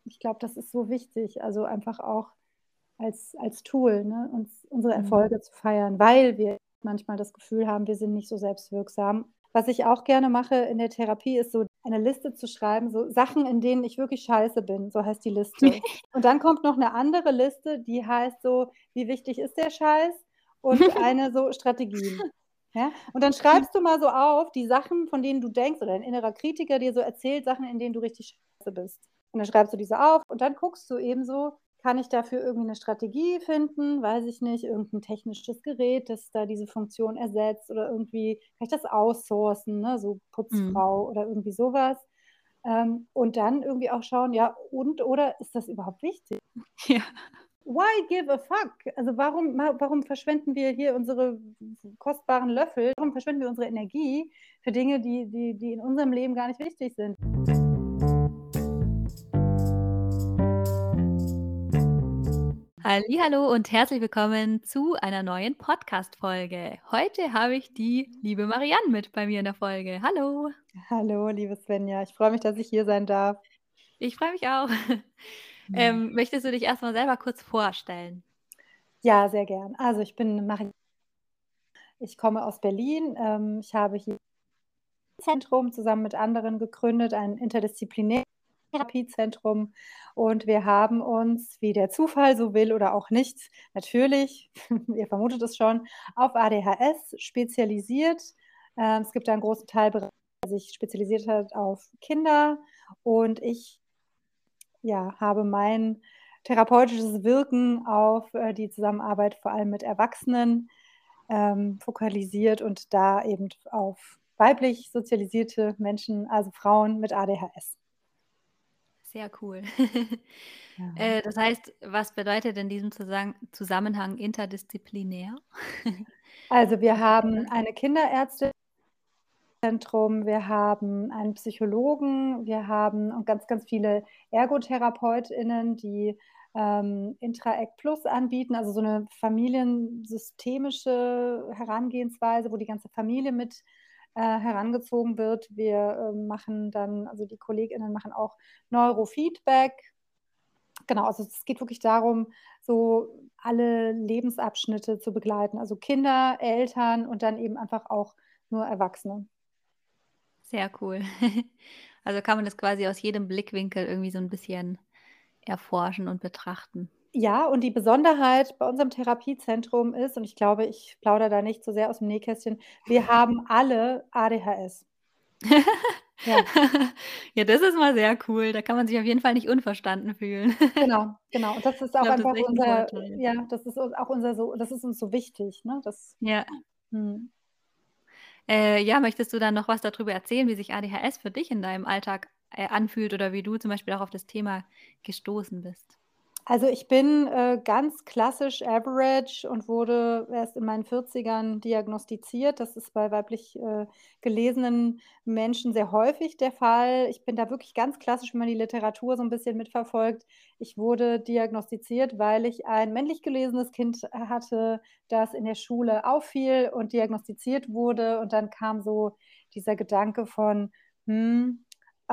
ich glaube, das ist so wichtig, also einfach auch als Tool, ne, uns unsere Mhm. Erfolge zu feiern, weil wir manchmal das Gefühl haben, wir sind nicht so selbstwirksam. Was ich auch gerne mache in der Therapie, ist so eine Liste zu schreiben, so Sachen, in denen ich wirklich scheiße bin, so heißt die Liste. Und dann kommt noch 'ne andere Liste, die heißt so: „Wie wichtig ist der Scheiß?“ und eine so Strategien. Ja? Und dann schreibst du mal so auf die Sachen, von denen du denkst oder dein innerer Kritiker dir so erzählt Sachen, in denen du richtig scheiße bist. Und dann schreibst du diese auf und dann guckst du eben so, kann ich dafür irgendwie 'ne Strategie finden? Weiß ich nicht, irgend 'n technisches Gerät, das da diese Funktion ersetzt oder irgendwie kann ich das outsourcen, ne, so Mhm. Putzfrau oder irgendwie so was. Und dann irgendwie auch schauen, ja, und oder ist das überhaupt wichtig? Ja. Why give a fuck? Also, warum verschwenden wir hier unsere kostbaren Löffel? Warum verschwenden wir unsere Energie für Dinge, die in unserem Leben gar nicht wichtig sind? Hallihallo und herzlich willkommen zu einer neuen Podcast-Folge. Heute habe ich die liebe Marianne mit bei mir in der Folge. Hallo. Hallo, liebe Svenja, ich freue mich, dass ich hier sein darf. Ich freue mich auch. Mhm. Möchtest du dich erst mal selber kurz vorstellen? Ja, sehr gern. Also, ich bin ich komme aus Berlin. Ich habe hier 'n Zentrum zusammen mit anderen gegründet, ein interdisziplinäres Therapiezentrum. Und wir haben uns, wie der Zufall so will oder auch nicht, natürlich, ihr vermutet es schon, auf ADHS spezialisiert. Es gibt da 'n großen Teilbereich, der sich spezialisiert hat auf Kinder und ich, ja, habe mein therapeutisches Wirken auf, die Zusammenarbeit vor allem mit Erwachsenen, fokalisiert und da eben auf weiblich sozialisierte Menschen, also Frauen mit ADHS. Sehr cool. Ja. Das heißt, was bedeutet in diesem Zusammenhang interdisziplinär? Also, wir Kannst du das haben sagen? eine Kinderärztin Zentrum, wir haben einen Psychologen, wir haben ganz, ganz viele ErgotherapeutInnen, die, Intra-Act Plus anbieten, also so 'ne familiensystemische Herangehensweise, wo die ganze Familie mit, herangezogen wird. Wir, machen dann also die KollegInnen machen auch Neurofeedback. Genau, also es geht wirklich darum, so alle Lebensabschnitte zu begleiten, also Kinder, Eltern und dann eben einfach auch nur Erwachsene. Sehr cool. Also, kann man das quasi aus jedem Blickwinkel irgendwie so 'n bisschen erforschen und betrachten. Ja, und die Besonderheit bei unserem Therapiezentrum ist, und ich glaube, ich plaudere da nicht so sehr aus'm Nähkästchen, wir haben alle ADHS. Ja, Ja, das ist mal sehr cool. Da kann man sich auf jeden Fall nicht unverstanden fühlen. genau, genau. Und das ist Ich auch glaube, das ist einfach echt 'n unser Vorteil. ja, das ist auch unser so das ist uns so wichtig, ne? Ja. Mhm. Ja, möchtest du dann noch was da drüber erzählen, wie sich ADHS für dich in deinem Alltag, anfühlt oder wie du zum Beispiel auch auf das Thema gestoßen bist? Also, ich bin, ganz klassisch average und wurde erst in meinen 40ern diagnostiziert. Das ist bei weiblich, gelesenen Menschen sehr häufig der Fall. Ich bin da wirklich ganz klassisch, wenn man die Literatur so 'n bisschen mitverfolgt. Ich wurde diagnostiziert, weil ich ein männlich gelesenes Kind hatte, das in der Schule auffiel und diagnostiziert wurde. Und dann kam so dieser Gedanke von: „Hm,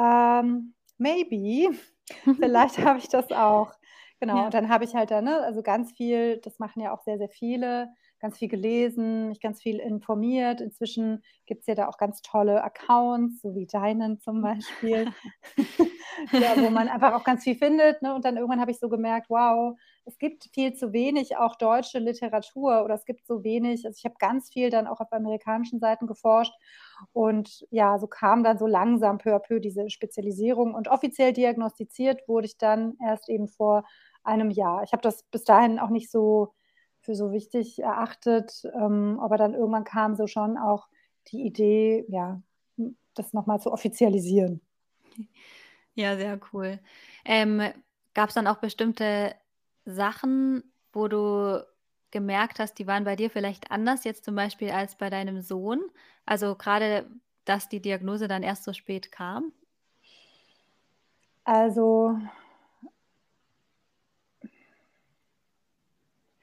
maybe, vielleicht habe ich das auch.“ Genau, Ja. und dann habe ich halt da, ne, also ganz viel das machen ja auch sehr, sehr viele, ganz viel gelesen, mich ganz viel informiert. Inzwischen gibt's ja da auch ganz tolle Accounts, so wie deinen zum Beispiel, ja, wo man einfach auch ganz viel findet, ne? Und dann irgendwann habe ich so gemerkt: „Wow, es gibt viel zu wenig auch deutsche Literatur oder es gibt so wenig“, also, ich habe ganz viel dann auch auf amerikanischen Seiten geforscht und ja, so kam dann so langsam peu à peu diese Spezialisierung und offiziell diagnostiziert wurde ich dann erst eben vor einem Jahr. Ich habe das bis dahin auch nicht so für so wichtig erachtet, aber dann irgendwann kam so schon auch die Idee, ja, das noch mal zu offizialisieren. Ja, sehr cool. Ähm, Gab's dann auch bestimmte Sachen, wo du gemerkt hast, die waren bei dir vielleicht anders jetzt zum Beispiel als bei deinem Sohn? Also, grade, dass die Diagnose dann erst so spät kam? Also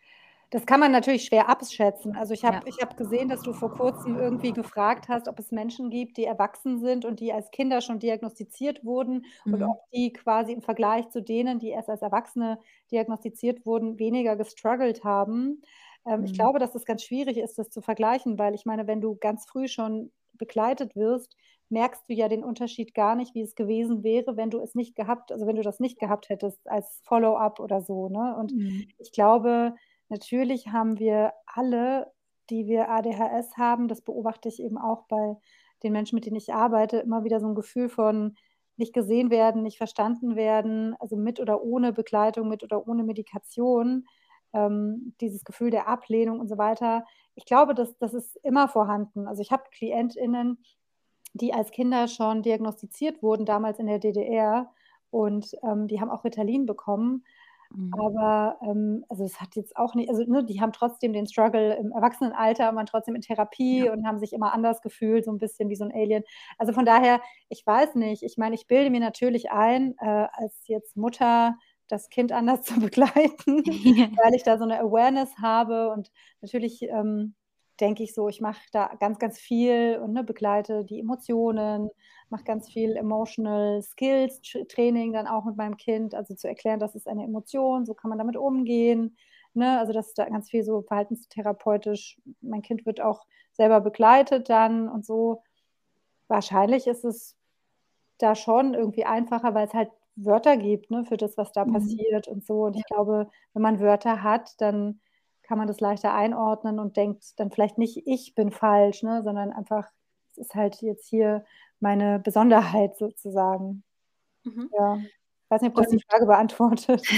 Das kann man natürlich schwer abschätzen. Also, ich Ja. habe ich habe gesehen, dass du vor Kurzem irgendwie gefragt hast, ob es Menschen gibt, die erwachsen sind und die als Kinder schon diagnostiziert wurden und Mhm. ob die quasi im Vergleich zu denen, die erst als Erwachsene diagnostiziert wurden, weniger gestruggelt haben. Ich Mhm. glaube, dass es ganz schwierig ist, das zu vergleichen, weil ich meine, wenn du ganz früh schon begleitet wirst, merkst du ja den Unterschied gar nicht, wie es gewesen wäre, wenn du es nicht gehabt also, wenn du das nicht gehabt hättest als Follow-up oder so, ne? Und Mhm. ich glaube, natürlich haben wir alle, die wir ADHS haben, das beobachte ich eben auch bei den Menschen, mit denen ich arbeite, immer wieder so 'n Gefühl von nicht gesehen werden, nicht verstanden werden, also mit oder ohne Begleitung, mit oder ohne Medikation, dieses Gefühl der Ablehnung und so weiter. Ich glaube, das ist immer vorhanden. Also, ich habe KlientInnen, die als Kinder schon diagnostiziert wurden, damals in der DDR und, die haben auch Ritalin bekommen. Mhm. Aber, also, es hat jetzt auch nicht also, ne, die haben trotzdem den Struggle im Erwachsenenalter, waren trotzdem in Ja. Therapie und haben sich immer anders gefühlt, so 'n bisschen wie so 'n Alien. Also, von daher, ich weiß nicht. Ich meine, ich bilde mir natürlich ein, als jetzt Mutter das Kind anders zu begleiten, weil ich da so 'ne Awareness habe und natürlich, denke ich so, ich mache da ganz, ganz viel und, ne, begleite die Emotionen, mache ganz viel Emotional Skills Training dann auch mit meinem Kind, also zu erklären, das ist eine Emotion, so kann man damit umgehen, ne? Also, das ist da ganz viel so verhaltenstherapeutisch. Mein Kind wird auch selber begleitet dann und so. Wahrscheinlich ist es da schon irgendwie einfacher, weil's halt Wörter gibt, ne, für das, was da Mhm. passiert und so. Und Ja. ich glaube, wenn man Wörter hat, dann kann man das leichter einordnen und denkt dann vielleicht nicht: „Ich bin falsch“, ne, sondern einfach: „Es ist halt jetzt hier meine Besonderheit sozusagen.“ Mhm. Ja. Weiß nicht, ob das die Und Frage beantwortet.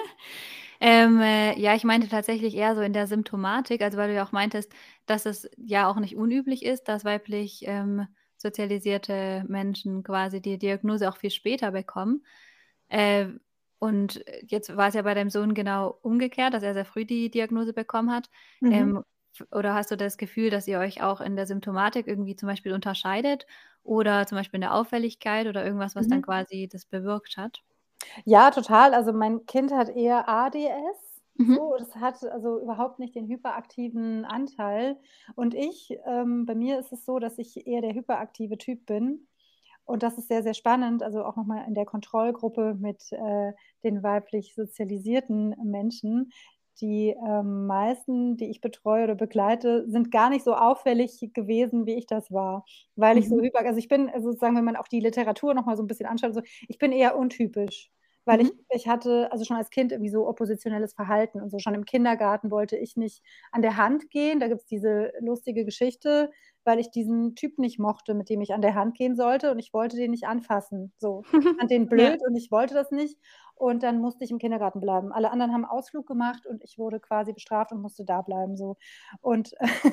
Ja, ich meinte tatsächlich eher so in der Symptomatik, also, weil du ja auch meintest, dass es ja auch nicht unüblich ist, dass weiblich, sozialisierte Menschen quasi die Diagnose auch viel später bekommen. Äh, und jetzt war es ja bei deinem Sohn genau umgekehrt, dass er sehr früh die Diagnose bekommen hat. Mhm. Oder hast du das Gefühl, dass ihr euch auch in der Symptomatik irgendwie zum Beispiel unterscheidet oder zum Beispiel in der Auffälligkeit oder irgendwas, was dann Mhm. quasi das bewirkt hat? Ja, total. Also, mein Kind hat eher ADS Mhm. so. Das hat also überhaupt nicht den hyperaktiven Anteil. Und ich bei mir ist es so, dass ich eher der hyperaktive Typ bin. Und das ist sehr, sehr spannend, also auch noch mal in der Kontrollgruppe mit, den weiblich sozialisierten Menschen. Die, meisten, die ich betreue oder begleite, sind gar nicht so auffällig gewesen, wie ich das war, weil ich so Mhm. also, ich bin sozusagen, wenn man auch die Literatur noch mal so 'n bisschen anschaut so, ich bin eher untypisch, weil Mhm. ich hatte also schon als Kind irgendwie so oppositionelles Verhalten und so. Schon im Kindergarten wollte ich nicht an der Hand gehen. Da gibt's diese lustige Geschichte, weil ich diesen Typ nicht mochte, mit dem ich an der Hand gehen sollte und ich wollte den nicht anfassen, so. Ich fand den Ja. blöd und ich wollte das nicht und dann musste ich im Kindergarten bleiben. Alle anderen haben Ausflug gemacht und ich wurde quasi bestraft und musste da bleiben so. Und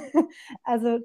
also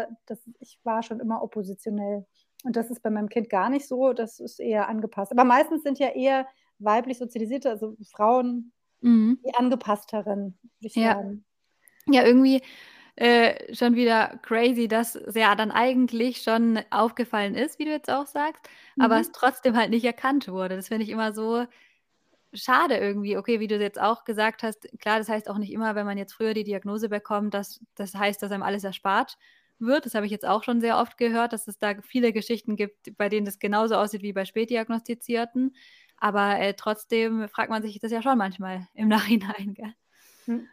ich war schon immer oppositionell. Und das ist bei meinem Kind gar nicht so, das ist eher angepasst. Aber meistens sind ja eher weiblich Sozialisierte, also Frauen, Mhm. die angepassteren, würde ich Ja. sagen. Ja, irgendwie, schon wieder crazy, dass es ja dann eigentlich schon aufgefallen ist, wie du jetzt auch sagst, aber Mhm. es trotzdem halt nicht erkannt wurde. Das finde ich immer so schade irgendwie. Okay, wie du jetzt auch gesagt hast, klar, das heißt auch nicht immer, wenn man jetzt früher die Diagnose bekommt, dass das heißt, dass einem alles erspart wird. Das habe ich jetzt auch schon sehr oft gehört, dass es da viele Geschichten gibt, bei denen das genauso aussieht wie bei Spätdiagnostizierten. Aber, trotzdem fragt man sich das ja schon manchmal im Nachhinein, gell? Mhm.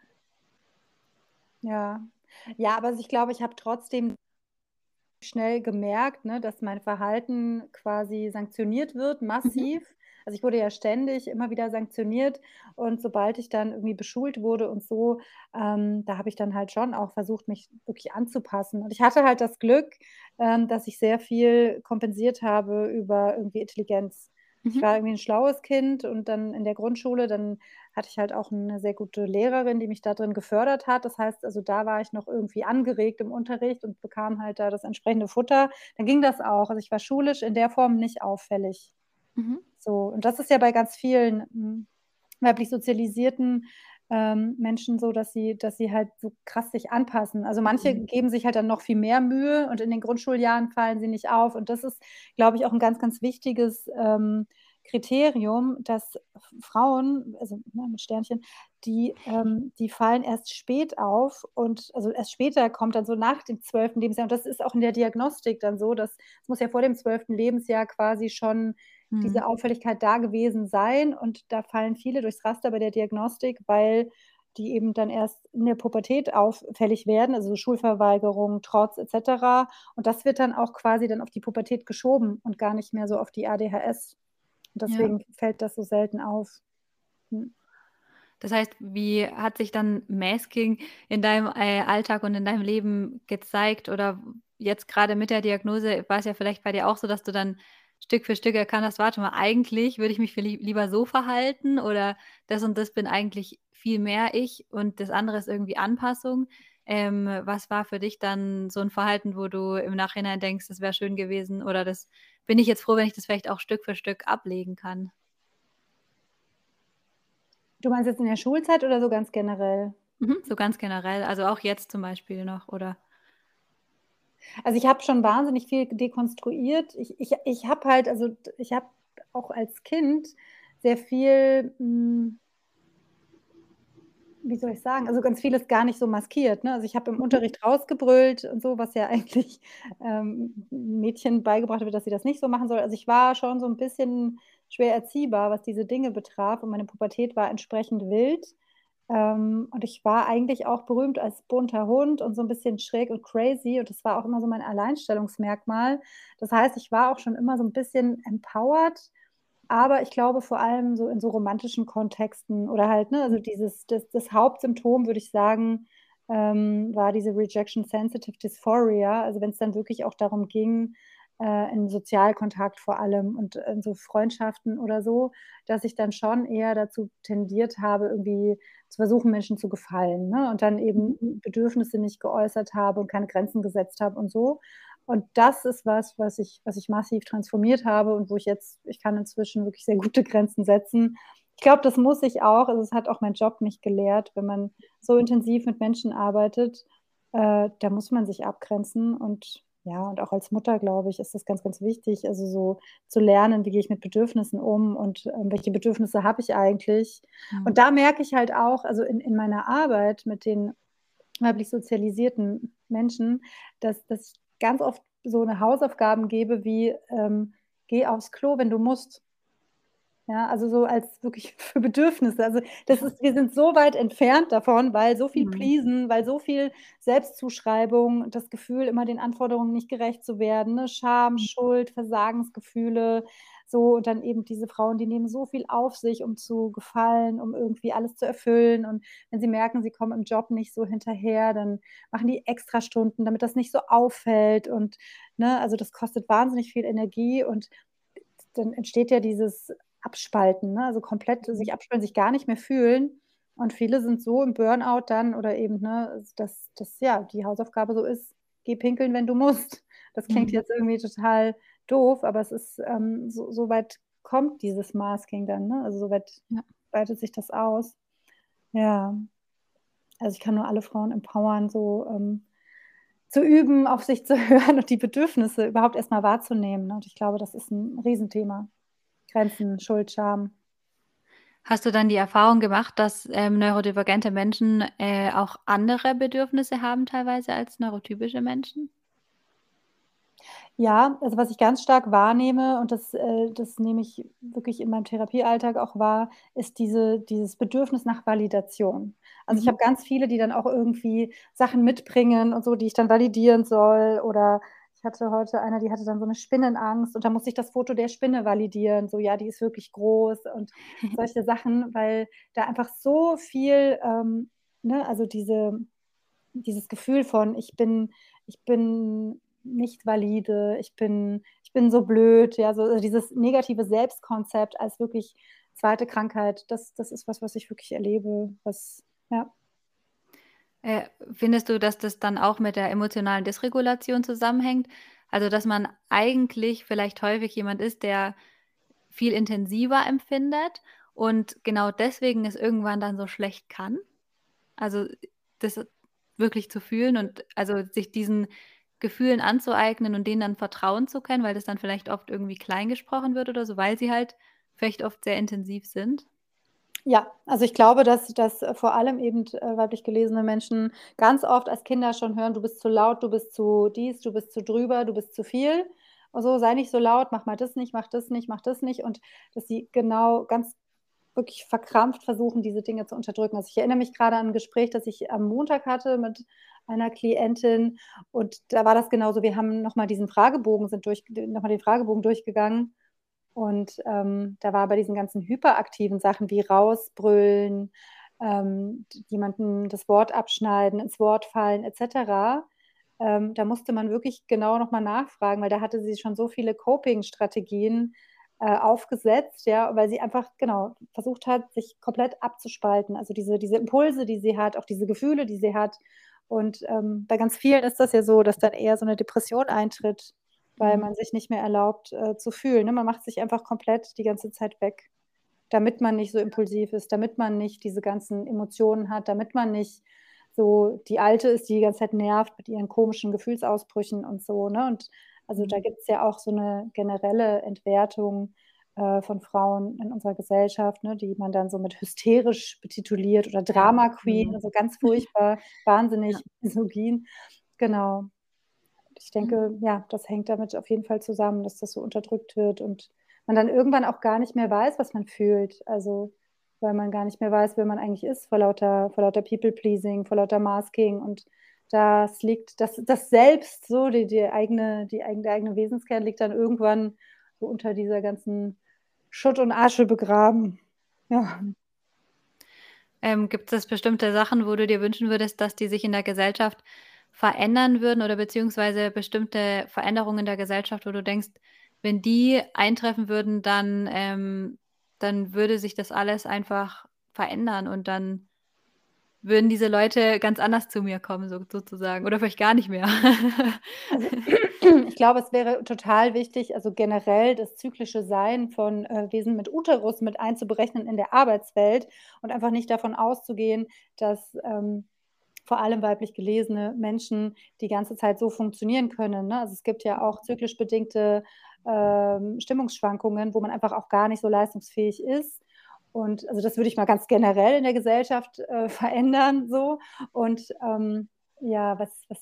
Ja. Ja, aber also ich glaube, ich habe trotzdem schnell gemerkt, ne, dass mein Verhalten quasi sanktioniert wird, Mhm. massiv. Also, ich wurde ja ständig immer wieder sanktioniert und sobald ich dann irgendwie beschult wurde und so, da habe ich dann halt schon auch versucht, mich wirklich anzupassen. Und ich hatte halt das Glück, dass ich sehr viel kompensiert habe über irgendwie Intelligenz. Ich Mhm. war irgendwie 'n schlaues Kind und dann in der Grundschule, dann hatte ich halt auch 'ne sehr gute Lehrerin, die mich da drin gefördert hat. Das heißt also, da war ich noch irgendwie angeregt im Unterricht und bekam halt da das entsprechende Futter. Dann ging das auch. Also, ich war schulisch in der Form nicht auffällig. Mhm. So, und das ist ja bei ganz vielen, weiblich sozialisierten, Menschen so, dass sie halt so krass sich anpassen. Also, manche Mhm. geben sich halt dann noch viel mehr Mühe und in den Grundschuljahren fallen sie nicht auf. Und das ist, glaube ich, auch 'n ganz, ganz wichtiges, Kriterium, dass Frauen, also, ne, mit Sternchen, die fallen erst spät auf und also, erst später kommt dann so nach dem 12. Lebensjahr und das ist auch in der Diagnostik dann so, dass es muss ja vor dem 12. Lebensjahr quasi schon Mhm. diese Auffälligkeit da gewesen sein und da fallen viele durchs Raster bei der Diagnostik, weil die eben dann erst in der Pubertät auffällig werden, also so Schulverweigerung, Trotz et cetera. Und das wird dann auch quasi dann auf die Pubertät geschoben und gar nicht mehr so auf die ADHS. Und Ja. deswegen fällt das so selten auf. Mhm. Das heißt, wie hat sich dann Masking in deinem, Alltag und in deinem Leben gezeigt oder jetzt grade mit der Diagnose war es ja vielleicht bei dir auch so, dass du dann Stück für Stück erkannt hast: „Warte mal, eigentlich würde ich mich lieber so verhalten oder das und das bin eigentlich viel mehr ich und das andere ist irgendwie Anpassung.“ Was war für dich dann so 'n Verhalten, wo du im Nachhinein denkst: „Das wäre schön gewesen“ oder „Das bin ich jetzt froh, wenn ich das vielleicht auch Stück für Stück ablegen kann?“ Du meinst jetzt in der Schulzeit oder so ganz generell? Mhm, so ganz generell, also auch jetzt zum Beispiel noch, oder? Also, ich habe schon wahnsinnig viel dekonstruiert. Ich habe halt also, ich habe auch als Kind sehr viel, wie soll ich sagen, also, ganz vieles gar nicht so maskiert, ne? Also, ich habe im Mhm. Unterricht rausgebrüllt und so, was ja eigentlich, Mädchen beigebracht wird, dass sie das nicht so machen soll. Also, ich war schon so 'n bisschen schwer erziehbar, was diese Dinge betraf und meine Pubertät war entsprechend wild. Und ich war eigentlich auch berühmt als bunter Hund und so 'n bisschen schräg und crazy und das war auch immer so mein Alleinstellungsmerkmal. Das heißt, ich war auch schon immer so 'n bisschen empowered, aber ich glaube vor allem so in so romantischen Kontexten oder halt, ne, also das Hauptsymptom, würde ich sagen, war diese Rejection Sensitive Dysphoria. Also, wenn's dann wirklich auch darum ging, in Sozialkontakt vor allem und in so Freundschaften oder so, dass ich dann schon eher dazu tendiert habe, irgendwie zu versuchen, Menschen zu gefallen, ne, und dann Mhm. eben Bedürfnisse nicht geäußert habe und keine Grenzen gesetzt habe und so. Und das ist was ich massiv transformiert habe und wo ich kann inzwischen wirklich sehr gute Grenzen setzen. Ich glaube, das muss ich auch. Also, es hat auch mein Job mich gelehrt, wenn man so intensiv mit Menschen arbeitet, da muss man sich abgrenzen und ja, und auch als Mutter, glaube ich, ist das ganz, ganz wichtig, also so zu lernen, wie gehe ich mit Bedürfnissen um und, welche Bedürfnisse habe ich eigentlich? Mhm. Und da merke ich halt auch, also in meiner Arbeit mit den weiblich sozialisierten Menschen, dass ich ganz oft so 'ne Hausaufgaben gebe wie, „Geh aufs Klo, wenn du musst.“ Ja, also so als wirklich für Bedürfnisse. Also, das Ja. ist wir sind so weit entfernt davon, weil so viel Mhm. pleasen, weil so viel Selbstzuschreibung, das Gefühl, immer den Anforderungen nicht gerecht zu werden, ne? Scham, Mhm. Schuld, Versagensgefühle, so und dann eben diese Frauen, die nehmen so viel auf sich, um zu gefallen, um irgendwie alles zu erfüllen und wenn sie merken, sie kommen im Job nicht so hinterher, dann machen die Extrastunden, damit das nicht so auffällt und, ne, also das kostet wahnsinnig viel Energie und dann entsteht ja dieses Abspalten, ne? Also komplett Mhm. sich abspalten, sich gar nicht mehr fühlen. Und viele sind so im Burnout dann oder eben, ne, dass ja, die Hausaufgabe so ist: „Geh pinkeln, wenn du musst.“ Das klingt Mhm. jetzt irgendwie total doof, aber es ist, so weit kommt dieses Masking dann, ne? Also, so weit Ja. weitet sich das aus. Ja, also ich kann nur alle Frauen empowern, so, zu üben, auf sich zu hören und die Bedürfnisse überhaupt erst mal wahrzunehmen, ne? Und ich glaube, das ist 'n Riesenthema. Grenzen, Schuld, Scham. Hast du dann die Erfahrung gemacht, dass, neurodivergente Menschen, auch andere Bedürfnisse haben teilweise als neurotypische Menschen? Ja, also was ich ganz stark wahrnehme und das nehme ich wirklich in meinem Therapiealltag auch wahr, ist dieses Bedürfnis nach Validation. Also, ich Mhm. habe ganz viele, die dann auch irgendwie Sachen mitbringen und so, die ich dann validieren soll oder ich hatte heute eine, die hatte dann so 'ne Spinnenangst und da musste ich das Foto der Spinne validieren, so: „Ja, die ist wirklich groß“ und solche Sachen, weil da einfach so viel, ne, also dieses Gefühl von: „Ich bin nicht valide, ich bin so blöd“, ja, so dieses negative Selbstkonzept als wirklich zweite Krankheit, das ist was, was ich wirklich erlebe, was ja. Findest du, dass das dann auch mit der emotionalen Dysregulation zusammenhängt? Also, dass man eigentlich vielleicht häufig jemand ist, der viel intensiver empfindet und genau deswegen es irgendwann dann so schlecht kann? Also, das wirklich zu fühlen und also, sich diesen Gefühlen anzueignen und denen dann vertrauen zu können, weil das dann vielleicht oft irgendwie klein gesprochen wird oder so, weil sie halt vielleicht oft sehr intensiv sind? Ja, also ich glaube, dass vor allem eben, weiblich gelesene Menschen ganz oft als Kinder schon hören: „Du bist zu laut, du bist zu dies, du bist zu drüber, du bist zu viel. Und so, sei nicht so laut, mach mal das nicht, mach das nicht, mach das nicht.“ Und dass sie genau ganz wirklich verkrampft versuchen, diese Dinge zu unterdrücken. Also, ich erinnere mich grade an 'n Gespräch, das ich am Montag hatte mit einer Klientin und da war das genauso. Wir haben noch mal diesen Fragebogen sind durch noch mal den Fragebogen durchgegangen und, da war bei diesen ganzen hyperaktiven Sachen wie rausbrüllen, d jemandem das Wort abschneiden, ins Wort fallen et cetera, da musste man wirklich genau noch mal nachfragen, weil da hatte sie schon so viele Coping-Strategien, aufgesetzt, ja, weil sie einfach genau versucht hat, sich komplett abzuspalten. Also, diese Impulse, die sie hat, auch diese Gefühle, die sie hat. Und, bei ganz vielen ist das ja so, dass dann eher so 'ne Depression eintritt, weil Mhm. man sich nicht mehr erlaubt, zu fühlen, ne? Man macht sich einfach komplett die ganze Zeit weg, damit man nicht so impulsiv ist, damit man nicht diese ganzen Emotionen hat, damit man nicht so die Alte ist, die die ganze Zeit nervt mit ihren komischen Gefühlsausbrüchen und so, ne? Und also, da Mhm. gibt's ja auch so 'ne generelle Entwertung, von Frauen in unserer Gesellschaft, ne, die man dann so mit hysterisch betituliert oder Ja, Drama Queen, genau. also ganz furchtbar, Ja. wahnsinnig misogyn. Genau. Ich Mhm. denke, ja, das hängt damit auf jeden Fall zusammen, dass das so unterdrückt wird und man dann irgendwann auch gar nicht mehr weiß, was man fühlt. Also, weil man gar nicht mehr weiß, wer man eigentlich ist vor lauter People Pleasing, vor lauter Masking und das liegt das Selbst so, der eigene Wesenskern liegt dann irgendwann so unter dieser ganzen Schutt und Asche begraben. Ja. Mhm. Gibt es bestimmte Sachen, wo du dir wünschen würdest, dass die sich in der Gesellschaft verändern würden oder beziehungsweise bestimmte Veränderungen in der Gesellschaft, wo du denkst, wenn die eintreffen würden, dann würde sich das alles einfach verändern und dann würden diese Leute ganz anders zu mir kommen sozusagen oder vielleicht gar nicht mehr. Also, ich glaube, es wäre total wichtig, also generell das zyklische Sein von, Wesen mit Uterus mit einzuberechnen in der Arbeitswelt und einfach nicht davon auszugehen, dass, vor allem weiblich gelesene Menschen die ganze Zeit so funktionieren können, ne? Also, es gibt ja auch zyklisch bedingte, Stimmungsschwankungen, wo man einfach auch gar nicht so leistungsfähig ist. Und also, das würde ich mal ganz generell in der Gesellschaft, verändern so. Und, ja,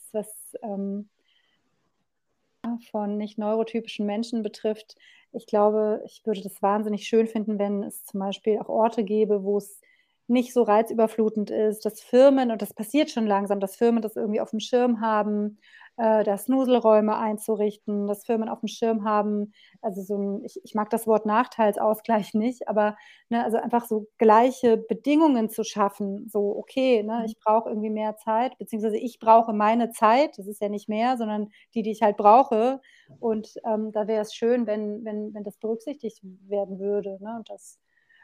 von nicht neurotypischen Menschen betrifft. Ich glaube, ich würde das wahnsinnig schön finden, wenn es zum Beispiel auch Orte gäbe, wo es nicht so reizüberflutend ist, dass Firmen und das passiert schon langsam, dass Firmen das irgendwie aufm Schirm haben, da Snuselräume einzurichten, dass Firmen aufm Schirm haben also, so 'n ich mag das Wort Nachteilsausgleich nicht, aber, ne, also, einfach so gleiche Bedingungen zu schaffen. So, okay, ne, Mhm. ich brauche irgendwie mehr Zeit, beziehungsweise ich brauche meine Zeit, das ist ja nicht mehr, sondern die ich halt brauche. Und, da wäre es schön, wenn das berücksichtigt werden würde, ne? Und dass,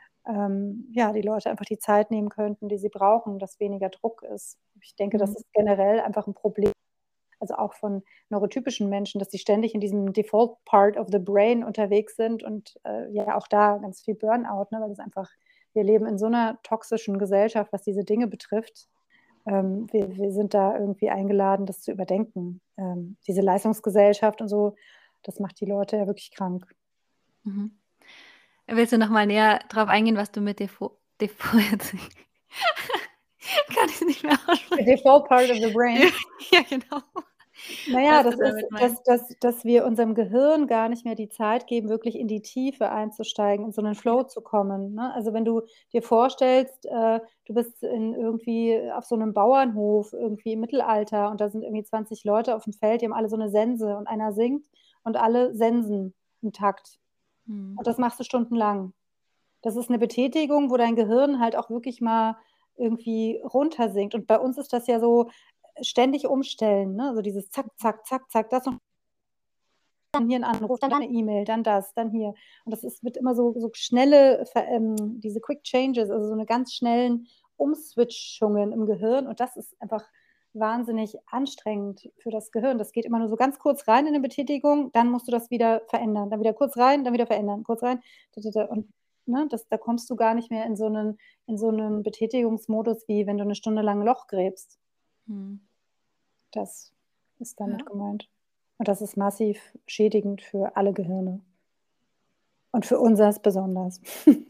ja, die Leute einfach die Zeit nehmen könnten, die sie brauchen, dass weniger Druck ist. Ich denke, das Mhm. ist generell einfach 'n Problem, also auch von neurotypischen Menschen, dass sie ständig in diesem Default Part of the Brain unterwegs sind und, ja, auch da ganz viel Burnout, ne, weil das einfach wir leben in so 'ner toxischen Gesellschaft, was diese Dinge betrifft. Wir sind da irgendwie eingeladen, das zu überdenken. Diese Leistungsgesellschaft und so, das macht die Leute ja wirklich krank. Mhm. Willst du noch mal näher drauf eingehen, was du mit Defo jetzt kann ich's nicht mehr The aussprechen. default part of the Ja, brain. ja, genau. Na ja, Was du das ist, damit meinst. dass wir unserem Gehirn gar nicht mehr die Zeit geben, wirklich in die Tiefe einzusteigen, in so 'nen Ja. Flow zu kommen, ne? Also, wenn du dir vorstellst, du bist in irgendwie auf so 'nem Bauernhof irgendwie im Mittelalter und da sind irgendwie 20 Leute aufm Feld, die haben alle so 'ne Sense und einer singt und alle sensen im Takt. Mhm. Und das machst du stundenlang. Das ist 'ne Betätigung, wo dein Gehirn halt auch wirklich mal irgendwie runtersinkt. Und bei uns ist das ja so ständig umstellen, ne? So dieses zack, zack, zack, zack, das noch dann hier 'n Anruf, dann 'ne E-Mail, dann das, dann hier. Und das ist wird immer so schnelle diese Quick Changes, also so 'ne ganz schnellen Umswitchungen im Gehirn und das ist einfach wahnsinnig anstrengend für das Gehirn. Das geht immer nur so ganz kurz rein in 'ne Betätigung, dann musst du das wieder verändern, dann wieder kurz rein, dann wieder verändern, kurz rein, und, ne, da kommst du gar nicht mehr in so 'nen Betätigungsmodus, wie wenn du 'ne Stunde lang 'n Loch gräbst. Mhm. Das ist damit Ja. gemeint. Und das ist massiv schädigend für alle Gehirne. Und für unseres besonders.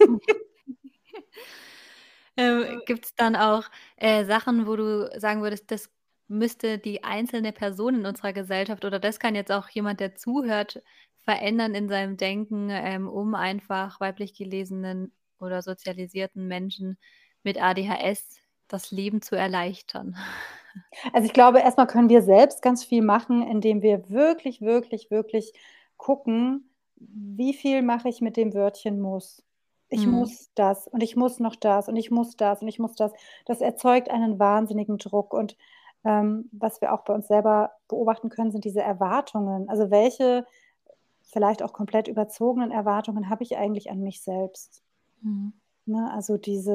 Gibt's dann auch, Sachen, wo du sagen würdest, das müsste die einzelne Person in unserer Gesellschaft oder das kann jetzt auch jemand, der zuhört, verändern in seinem Denken, um einfach weiblich gelesenen oder sozialisierten Menschen mit ADHS das Leben zu erleichtern? Also, ich glaube, erst mal können wir selbst ganz viel machen, indem wir wirklich, wirklich, wirklich gucken, wie viel mache ich mit dem Wörtchen „muss“. Ich Mhm. muss das und ich muss noch das und ich muss das und ich muss das. Das erzeugt einen wahnsinnigen Druck und, was wir auch bei uns selber beobachten können, sind diese Erwartungen. Also, welche vielleicht auch komplett überzogenen Erwartungen habe ich eigentlich an mich selbst? Mhm. Ne, also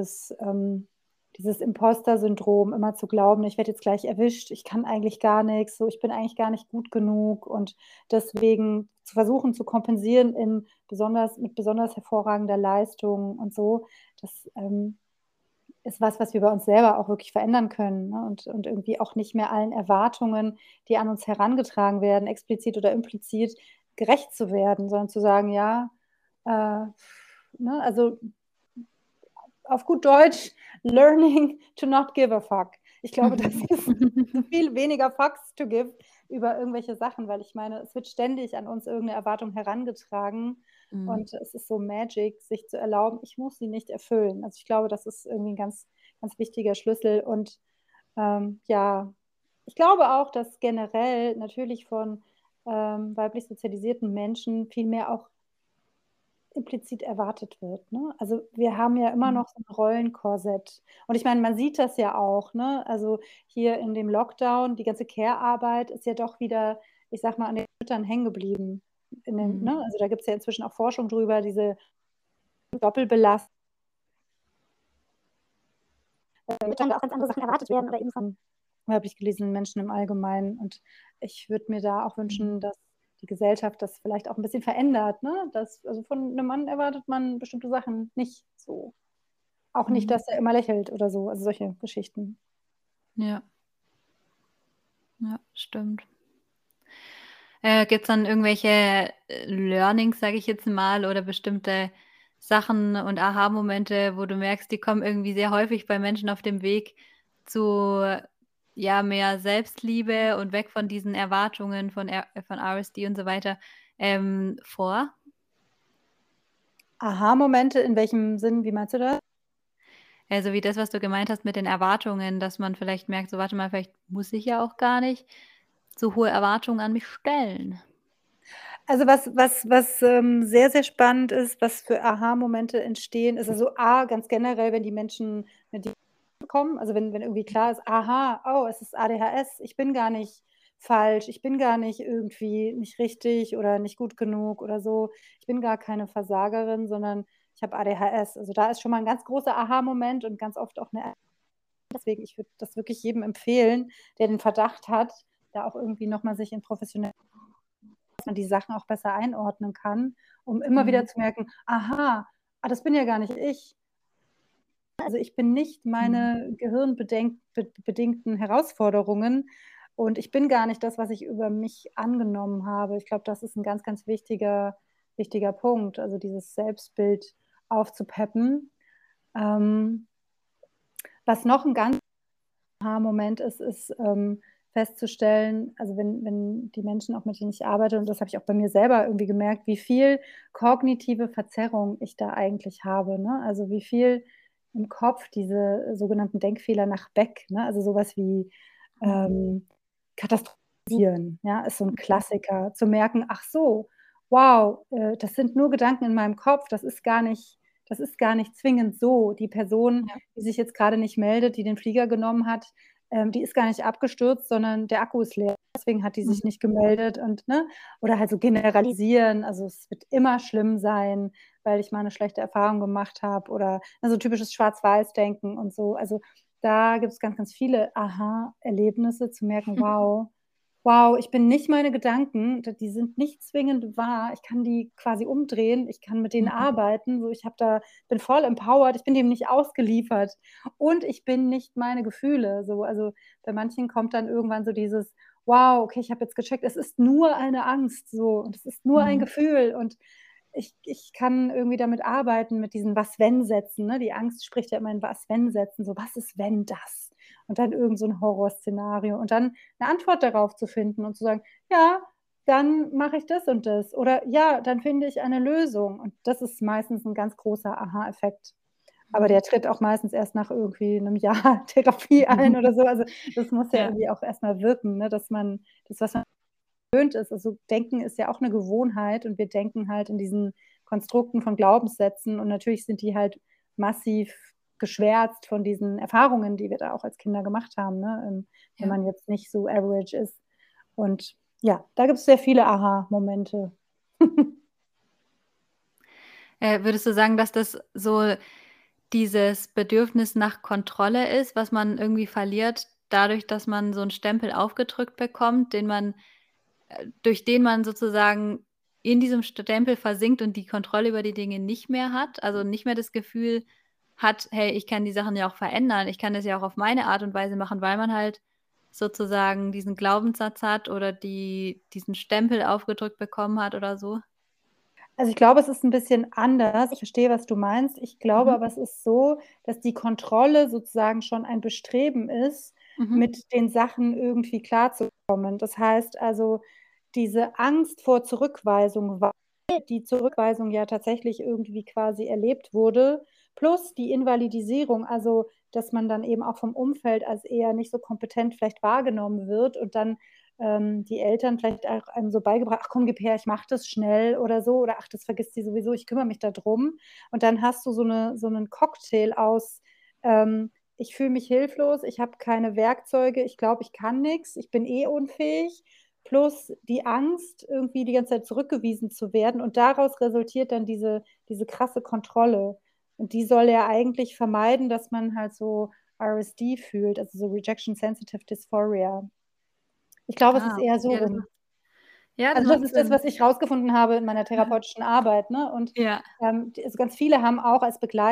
dieses Imposter-Syndrom, immer zu glauben: „Ich werde jetzt gleich erwischt, ich kann eigentlich gar nix, so, ich bin eigentlich gar nicht gut genug“ und deswegen zu versuchen zu kompensieren in mit besonders hervorragender Leistung und so, das, ist was, was wir bei uns selber auch wirklich verändern können, ne, und irgendwie auch nicht mehr allen Erwartungen, die an uns herangetragen werden, explizit oder implizit, gerecht zu werden, sondern zu sagen: „Ja, äh, ne, also auf gut Deutsch, learning to not give a fuck. Ich glaube, das ist so viel weniger fucks to give über irgendwelche Sachen, weil ich meine, es wird ständig an uns irgend 'ne Erwartung herangetragen Mhm. und es ist so Magic, sich zu erlauben, ich muss sie nicht erfüllen. Also, ich glaube, das ist irgendwie 'n ganz, ganz wichtiger Schlüssel und, ja, ich glaube auch, dass generell natürlich von, weiblich sozialisierten Menschen viel mehr auch implizit erwartet wird, ne? Also, wir haben ja immer Mhm. noch so 'n Rollenkorsett. Und ich meine, man sieht das ja auch, ne? Also, hier in dem Lockdown, die ganze Care-Arbeit ist ja doch wieder, ich sage mal, an den Müttern hängen geblieben. In den Mhm. ne? Also, da gibt's ja inzwischen auch Forschung drüber, diese Doppelbelastung, Müttern da auch ganz andere Sachen erwartet werden oder eben von weiblich gelesenen Menschen im Allgemeinen. Und ich würde mir da auch Mhm. wünschen, dass die Gesellschaft das vielleicht auch 'n bisschen verändert, ne? Dass also, von 'nem Mann erwartet man bestimmte Sachen nicht so. Auch nicht, Mhm. dass er immer lächelt oder so, also solche Geschichten. Ja, ja, stimmt. Gibt's dann irgendwelche, Learnings, sage ich jetzt mal, oder bestimmte Sachen und Aha-Momente, wo du merkst, die kommen irgendwie sehr häufig bei Menschen auf dem Weg zu, ja, mehr Selbstliebe und weg von diesen Erwartungen von RSD und so weiter, vor? Aha-Momente in welchem Sinn, wie meinst du das? Also, wie das, was du gemeint hast mit den Erwartungen, dass man vielleicht merkt: „So, warte mal, vielleicht muss ich ja auch gar nicht so hohe Erwartungen an mich stellen.“ Also, was, sehr, sehr spannend ist, was für Aha-Momente entstehen, ist also A, ganz generell, wenn die Menschen mit kommen, also wenn irgendwie klar ist: „Aha, oh, es ist ADHS, ich bin gar nicht falsch, ich bin gar nicht irgendwie nicht richtig oder nicht gut genug oder so. Ich bin gar keine Versagerin, sondern ich habe ADHS.“ Also, da ist schon mal 'n ganz großer Aha-Moment und ganz oft auch 'ne deswegen, ich würde das wirklich jedem empfehlen, der den Verdacht hat, da auch irgendwie noch mal sich in professionell dass man die Sachen auch besser einordnen kann, um immer wieder Mhm, zu merken: „Aha, das bin ja gar nicht ich. Also, ich bin nicht mhm, meine bedingten Herausforderungen und ich bin gar nicht das, was ich über mich angenommen habe.“ Ich glaube, das ist 'n ganz, ganz wichtiger Punkt, also dieses Selbstbild aufzupeppen. Ähm, was noch 'n ganz Aha-Moment ist, festzustellen, also wenn die Menschen, auch mit denen ich arbeite, und das habe ich auch bei mir selber irgendwie gemerkt, wie viel kognitive Verzerrung ich da eigentlich habe, ne? Also, wie viel im Kopf diese sogenannten Denkfehler nach Beck, ne? Also, so was wie, mhm, katastrophisieren, ja, ist so 'n Klassiker. Zu merken: „Ach so, wow, das sind nur Gedanken in meinem Kopf, das ist gar nicht zwingend so. Die Person, ja, die sich jetzt grade nicht meldet, die den Flieger genommen hat, die ist gar nicht abgestürzt, sondern der Akku ist leer. Deswegen hat die sich mhm, nicht gemeldet und ne? Oder halt so generalisieren, also, es wird immer schlimm sein, weil ich mal 'ne schlechte Erfahrung gemacht habe oder, ne, so typisches Schwarz-Weiß-Denken und so. Also, da gibt's ganz, ganz viele Aha-Erlebnisse, zu merken: „Wow, wow, ich bin nicht meine Gedanken, die sind nicht zwingend wahr. Ich kann die quasi umdrehen, ich kann mit denen mhm, arbeiten, so ich habe da bin voll empowered, ich bin dem nicht ausgeliefert und ich bin nicht meine Gefühle.“ So, also, bei manchen kommt dann irgendwann so dieses: „Wow, okay, ich habe jetzt gecheckt, es ist nur eine Angst so und es ist nur ein mhm, Gefühl und ich kann irgendwie damit arbeiten, mit diesen Was-Wenn-Sätzen, ne? Die Angst spricht ja immer in Was-Wenn-Sätzen, so: „Was ist, wenn das?“ Und dann irgend so 'n Horrorszenario und dann 'ne Antwort darauf zu finden und zu sagen: „Ja, dann mache ich das und das“ oder „Ja, dann finde ich eine Lösung.“ Und das ist meistens 'n ganz großer Aha-Effekt. Aber Mhm. der tritt auch meistens erst nach irgendwie 'nem Jahr Therapie ein oder so. Also, das muss ja Ja, irgendwie auch erst mal wirken, ne, dass man das, was man gewöhnt ist. Also, Denken ist ja auch 'ne Gewohnheit und wir denken halt in diesen Konstrukten von Glaubenssätzen und natürlich sind die halt massiv geschwärzt von diesen Erfahrungen, die wir da auch als Kinder gemacht haben, ne, wenn ja. man jetzt nicht so average ist. Und ja, da gibt's sehr viele Aha-Momente. Würdest du sagen, dass das so dieses Bedürfnis nach Kontrolle ist, was man irgendwie verliert, dadurch, dass man so 'n Stempel aufgedrückt bekommt, den man durch den man sozusagen in diesem Stempel versinkt und die Kontrolle über die Dinge nicht mehr hat? Also, nicht mehr das Gefühl hat: „Hey, ich kann die Sachen ja auch verändern. Ich kann das ja auch auf meine Art und Weise machen“, weil man halt sozusagen diesen Glaubenssatz hat oder diesen Stempel aufgedrückt bekommen hat oder so? Also, ich glaube, es ist 'n bisschen anders. Ich verstehe, was du meinst. Ich glaube Mhm. aber, es ist so, dass die Kontrolle sozusagen schon ein Bestreben ist, Mhm. mit den Sachen irgendwie klarzukommen. Das heißt also, diese Angst vor Zurückweisung, weil die Zurückweisung ja tatsächlich irgendwie quasi erlebt wurde, plus die Invalidisierung, also, dass man dann eben auch vom Umfeld als eher nicht so kompetent vielleicht wahrgenommen wird und dann die Eltern vielleicht auch einem so beigebracht: „Ach komm, gib her, ich mache das schnell“ oder so oder: „Ach, das vergisst sie sowieso, ich kümmere mich da drum.“ Und dann hast du so 'nen Cocktail aus, ich fühle mich hilflos, ich habe keine Werkzeuge, ich glaube, ich kann nix, ich bin eh unfähig, plus die Angst, irgendwie die ganze Zeit zurückgewiesen zu werden und daraus resultiert dann diese krasse Kontrolle. Und die soll ja eigentlich vermeiden, dass man halt so RSD fühlt, also so Rejection Sensitive Dysphoria. Ich glaube, es ist Ah, eher so ja, das rum. macht ja, das Also, das macht ist das, Sinn. was ich rausgefunden habe in meiner therapeutischen Arbeit, ne? Und, Ja. d also, ganz viele haben auch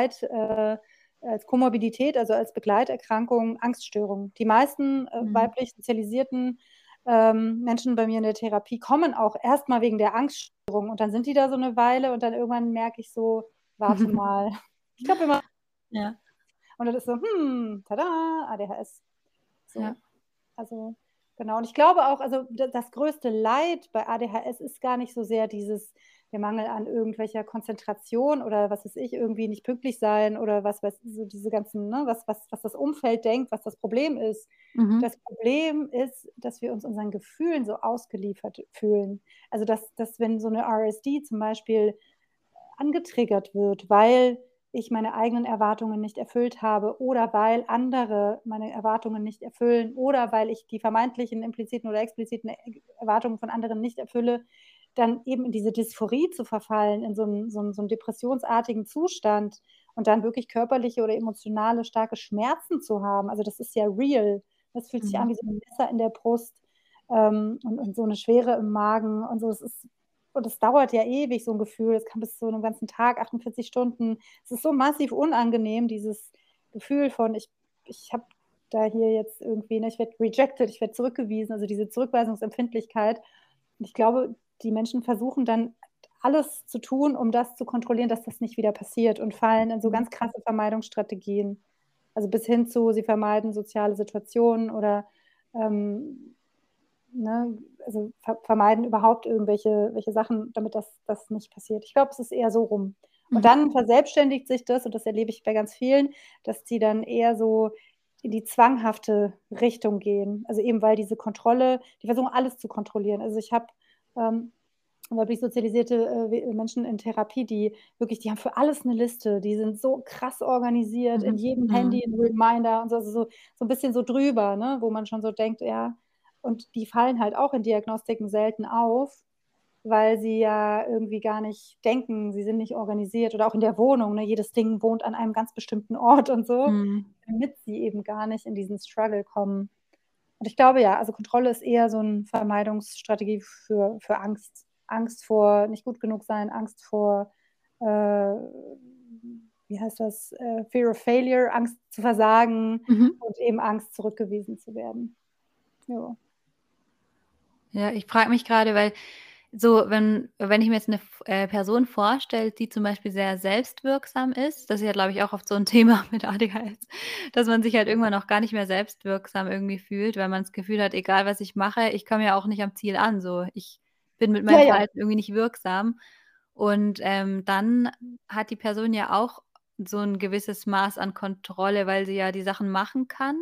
als Komorbidität, also als Begleiterkrankung Angststörungen. Die meisten, Mhm. weiblich sozialisierten, Menschen bei mir in der Therapie kommen auch erst mal wegen der Angststörung und dann sind die da so 'ne Weile und dann irgendwann merke ich so: „Warte mal.“ Ich glaube immer Ja, und dann ist so: tada, ADHS. ja. So. Also, genau. Und ich glaube auch, also, das größte Leid bei ADHS ist gar nicht so sehr der Mangel an irgendwelcher Konzentration oder was weiß ich, irgendwie nicht pünktlich sein oder was weiß so diese ganzen, ne, was das Umfeld denkt, was das Problem ist. Mhm. Das Problem ist, dass wir uns unseren Gefühlen so ausgeliefert fühlen. Also, dass wenn so 'ne RSD zum Beispiel angetriggert wird, weil ich meine eigenen Erwartungen nicht erfüllt habe oder weil andere meine Erwartungen nicht erfüllen oder weil ich die vermeintlichen impliziten oder expliziten Erwartungen von anderen nicht erfülle, dann eben in diese Dysphorie zu verfallen, in so 'n depressionsartigen Zustand und dann wirklich körperliche oder emotionale starke Schmerzen zu haben. Also, das ist ja real. Das fühlt sich an Mhm. wie so 'n Messer in der Brust, und so 'ne Schwere im Magen und so. Und es dauert ja ewig, so 'n Gefühl. Es kann bis zu 'nem ganzen Tag, 48 Stunden. Es ist so massiv unangenehm, dieses Gefühl von: „Ich habe da hier jetzt irgendwie, ne, ich werde rejected, ich werde zurückgewiesen“, also diese Zurückweisungsempfindlichkeit. Und ich glaube, die Menschen versuchen dann alles zu tun, um das zu kontrollieren, dass das nicht wieder passiert und fallen in so Mhm. ganz krasse Vermeidungsstrategien. Also, bis hin zu, sie vermeiden soziale Situationen oder, ähm ne, also vermeiden überhaupt welche Sachen, damit das nicht passiert. Ich glaube, es ist eher so rum. Und Mhm. dann verselbstständigt sich das und das erlebe ich bei ganz vielen, dass die dann eher so in die zwanghafte Richtung gehen. Also eben, weil diese Kontrolle die versuchen alles zu kontrollieren. Also, ich habe, ähm, weiblich sozialisierte, Menschen in Therapie, die haben für alles 'ne Liste. Die sind so krass organisiert, in Mhm. jedem Mhm. Handy 'n Reminder und so, also so 'n bisschen so drüber, ne, wo man schon so denkt, ja, und die fallen halt auch in Diagnostiken selten auf, weil sie ja irgendwie gar nicht denken, sie sind nicht organisiert oder auch in der Wohnung, ne? Jedes Ding wohnt an einem ganz bestimmten Ort und so, Mhm. damit sie eben gar nicht in diesen Struggle kommen. Und ich glaube, ja, also Kontrolle ist eher so 'n Vermeidungsstrategie für Angst. Angst vor nicht gut genug sein, Angst vor, äh, wie heißt das, Fear of Failure, Angst zu versagen Mhm. und eben Angst, zurückgewiesen zu werden. Ja. Ja, ich frage mich grade, weil So, wenn ich mir jetzt 'ne Person vorstelle, die zum Beispiel sehr selbstwirksam ist, das ist ja, glaube ich, auch oft so 'n Thema mit ADHS, dass man sich halt irgendwann auch gar nicht mehr selbstwirksam irgendwie fühlt, weil man das Gefühl hat: „Egal, was ich mache, ich komme ja auch nicht am Ziel an, so. Ich bin mit Ja, meinem ja. Verhalten irgendwie nicht wirksam.“ Und, dann hat die Person ja auch so 'n gewisses Maß an Kontrolle, weil sie ja die Sachen machen kann.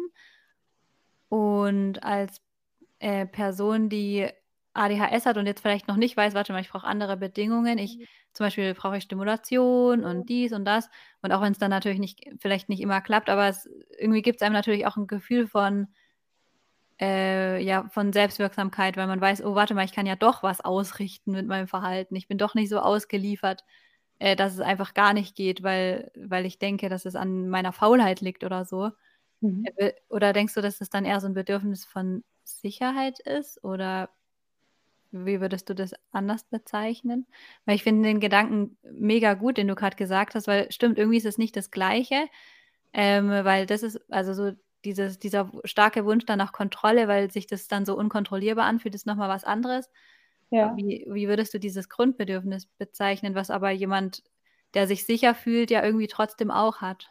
Und als, Person, die ADHS hat und jetzt vielleicht noch nicht weiß: „Warte mal, ich brauche andere Bedingungen. Ich zum Beispiel brauche ich Stimulation und dies und das.“ Und auch wenn's dann natürlich nicht vielleicht nicht immer klappt, aber es irgendwie gibt's einem natürlich auch 'n Gefühl von ja, von Selbstwirksamkeit, weil man weiß: „Oh, warte mal, ich kann ja doch was ausrichten mit meinem Verhalten. Ich bin doch nicht so ausgeliefert, dass es einfach gar nicht geht, weil ich denke, dass es an meiner Faulheit liegt oder so.“ Mhm. Oder denkst du, dass das dann eher so 'n Bedürfnis von Sicherheit ist, oder wie würdest du das anders bezeichnen? Weil ich finde den Gedanken mega gut, den du grad gesagt hast, weil stimmt, irgendwie ist es nicht das Gleiche, weil das ist also so dieser starke Wunsch dann nach Kontrolle, weil sich das dann so unkontrollierbar anfühlt, ist noch mal was anderes. Ja. Wie würdest du dieses Grundbedürfnis bezeichnen, was aber jemand, der sich sicher fühlt, ja irgendwie trotzdem auch hat?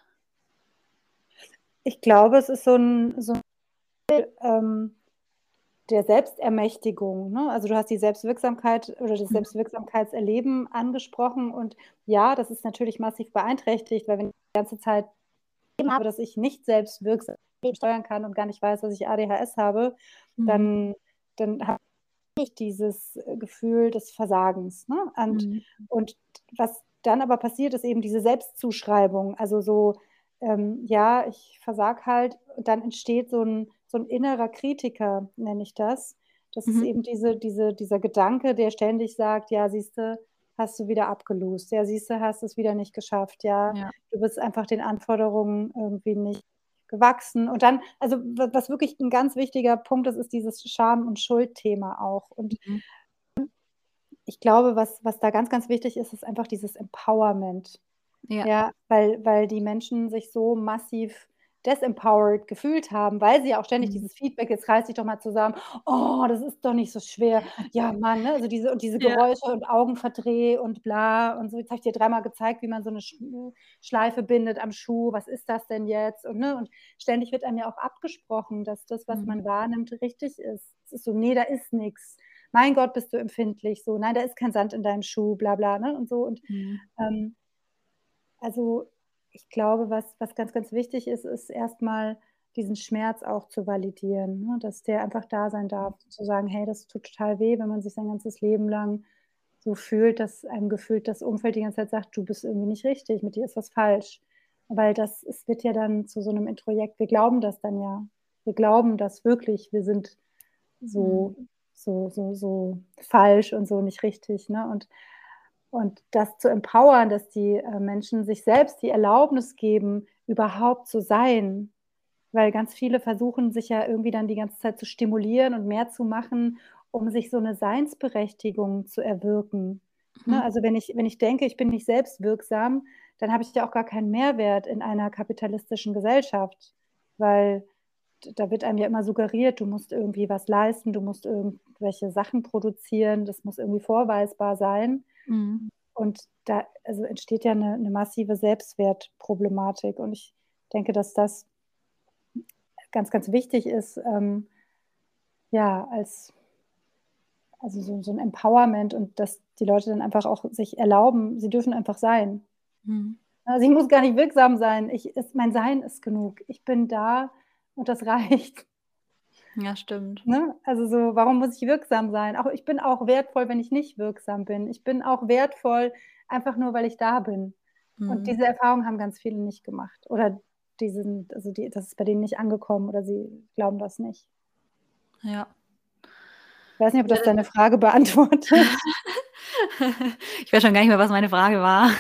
Ich glaube, es ist so 'n ähm, der Selbstermächtigung, ne? Also, du hast die Selbstwirksamkeit oder das Mhm. Selbstwirksamkeitserleben angesprochen und ja, das ist natürlich massiv beeinträchtigt, weil wenn ich die ganze Zeit habe, dass ich nicht selbstwirksam steuern kann und gar nicht weiß, dass ich ADHS habe, Mhm. dann habe ich dieses, Gefühl des Versagens, ne? Mhm. Und was dann aber passiert, ist eben diese Selbstzuschreibung. Also so, ja, ich versage halt und dann entsteht so 'n innerer Kritiker, nenne ich das. Das ist Mhm. eben dieser Gedanke, der ständig sagt: „Ja, siehste, hast du wieder abgelost. Ja, siehste, hast es wieder nicht geschafft. Ja, Ja. du bist einfach den Anforderungen irgendwie nicht gewachsen.“ Und dann also, was wirklich 'n ganz wichtiger Punkt ist, ist dieses Scham und Schuldthema auch. Und Mhm. ich glaube, was da ganz, ganz wichtig ist, ist einfach dieses Empowerment. Ja. Ja, weil die Menschen sich so massiv disempowered gefühlt haben, weil sie ja auch ständig Mhm. dieses Feedback: „Jetzt reiß dich doch mal zusammen. Oh, das ist doch nicht so schwer. Ja, Mann“, ne? Also, diese Ja. Geräusche und Augenverdreh und bla und so: „Jetzt habe ich dir dreimal gezeigt, wie man so 'ne Schleife bindet am Schuh. Was ist das denn jetzt?“ Und, ne? Und ständig wird einem ja auch abgesprochen, dass das, was Mhm. man wahrnimmt, richtig ist. Es ist so: „Ne, da ist nix. Mein Gott, bist du empfindlich“, so: „Nein, da ist kein Sand in deinem Schuh“, bla bla, ne? Und so und, Mhm. ähm also, ich glaube, was ganz, ganz wichtig ist, ist erst mal diesen Schmerz auch zu validieren, ne, dass der einfach da sein darf, zu sagen: „Hey, das tut total weh“, wenn man sich sein ganzes Leben lang so fühlt, dass einem gefühlt das Umfeld die ganze Zeit sagt: „Du bist irgendwie nicht richtig, mit dir ist was falsch.“ Weil das es wird ja dann zu so 'nem Introjekt. Wir glauben das dann ja. Wir glauben das wirklich. Wir sind Mhm. so so falsch und so nicht richtig, ne? Und das zu empowern, dass die, Menschen sich selbst die Erlaubnis geben, überhaupt zu sein. Weil ganz viele versuchen, sich ja irgendwie dann die ganze Zeit zu stimulieren und mehr zu machen, um sich so 'ne Seinsberechtigung zu erwirken, ne? Mhm. Also, wenn ich denke, ich bin nicht selbstwirksam, dann habe ich ja auch gar keinen Mehrwert in einer kapitalistischen Gesellschaft, weil da wird einem ja immer suggeriert, du musst irgendwie was leisten, du musst irgendwelche Sachen produzieren, das muss irgendwie vorweisbar sein. Mhm. Und da also, entsteht ja 'ne massive Selbstwertproblematik. Und ich denke, dass das ganz, ganz wichtig ist, ja, als also, so 'n Empowerment und dass die Leute dann einfach auch sich erlauben, sie dürfen einfach sein. Mhm. Also, ich muss gar nicht wirksam sein. Mein Sein ist genug. Ich bin da und das reicht. Ja, stimmt. Ne? Also so, warum muss ich wirksam sein? Auch ich bin auch wertvoll, wenn ich nicht wirksam bin. Ich bin auch wertvoll, einfach nur, weil ich da bin. Und Mhm. diese Erfahrung haben ganz viele nicht gemacht oder das ist bei denen nicht angekommen oder sie glauben das nicht. Ja. Ich weiß nicht, ob Ja, das deine Frage beantwortet. ich weiß schon gar nicht mehr, was meine Frage war.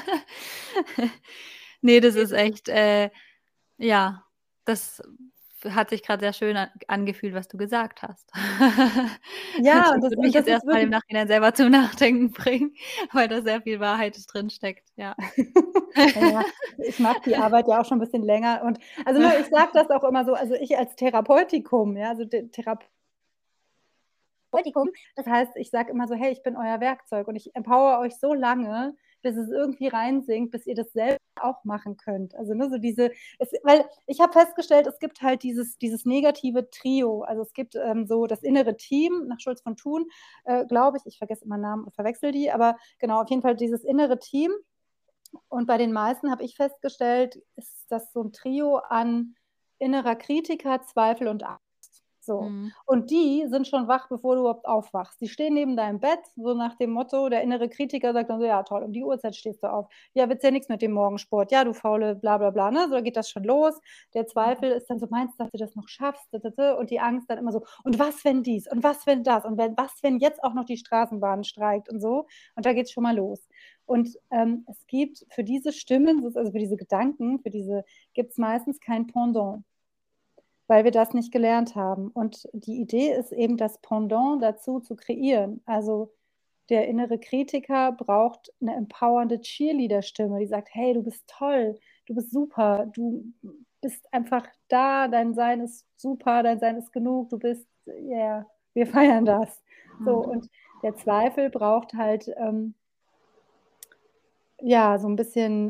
Ne, das ist echt, ja, das hat sich grad sehr schön angefühlt, was du gesagt hast. Ja, Das würde mich und jetzt das ist erst mal im wirklich Nachhinein selber zum Nachdenken bringen, weil da sehr viel Wahrheit drinsteckt, ja. na ja, ich mache die Arbeit ja auch schon 'n bisschen länger und also, ne, ich sage das auch immer so, also, ich als Therapeutikum, ja, also, de Thera Therapeutikum. Das heißt, ich sage immer so: „Hey, ich bin euer Werkzeug und ich empower euch so lange, bis es irgendwie reinsinkt, bis ihr das selbst auch machen könnt.“ Also, ne, so diese weil ich habe festgestellt, es gibt halt dieses negative Trio. Also, es gibt, so das innere Team nach Schulz von Thun, glaube ich. Ich vergesse immer Namen und verwechsel die, aber genau, auf jeden Fall dieses innere Team. Und bei den meisten habe ich festgestellt, ist das so 'n Trio an innerer Kritiker, Zweifel und Angst. So. Mhm. Und die sind schon wach, bevor du überhaupt aufwachst. Die stehen neben deinem Bett, so nach dem Motto, der innere Kritiker sagt dann so: „Ja, toll, um die Uhrzeit stehst du auf. Ja, wird's ja nix mit dem Morgensport. Ja, du faule bla bla bla“, ne? So geht das schon los. Der Mhm. Zweifel ist dann so: „Meinst du, dass du das noch schaffst?“ Und die Angst dann immer so: „Und was, wenn dies? Und was, wenn das? Und wenn was, wenn jetzt auch noch die Straßenbahn streikt?“ und so. Und da geht's schon mal los. Und, es gibt für diese Stimmen, also für diese Gedanken, für diese gibt's meistens kein Pendant, weil wir das nicht gelernt haben. Und die Idee ist eben, das Pendant dazu zu kreieren. Also, der innere Kritiker braucht 'ne empowernde Cheerleader-Stimme, die sagt: „Hey, du bist toll, du bist super, du bist einfach da, dein Sein ist super, dein Sein ist genug, du bist ja, wir feiern das.“ So, Mhm. und der Zweifel braucht halt, ja, so 'n bisschen,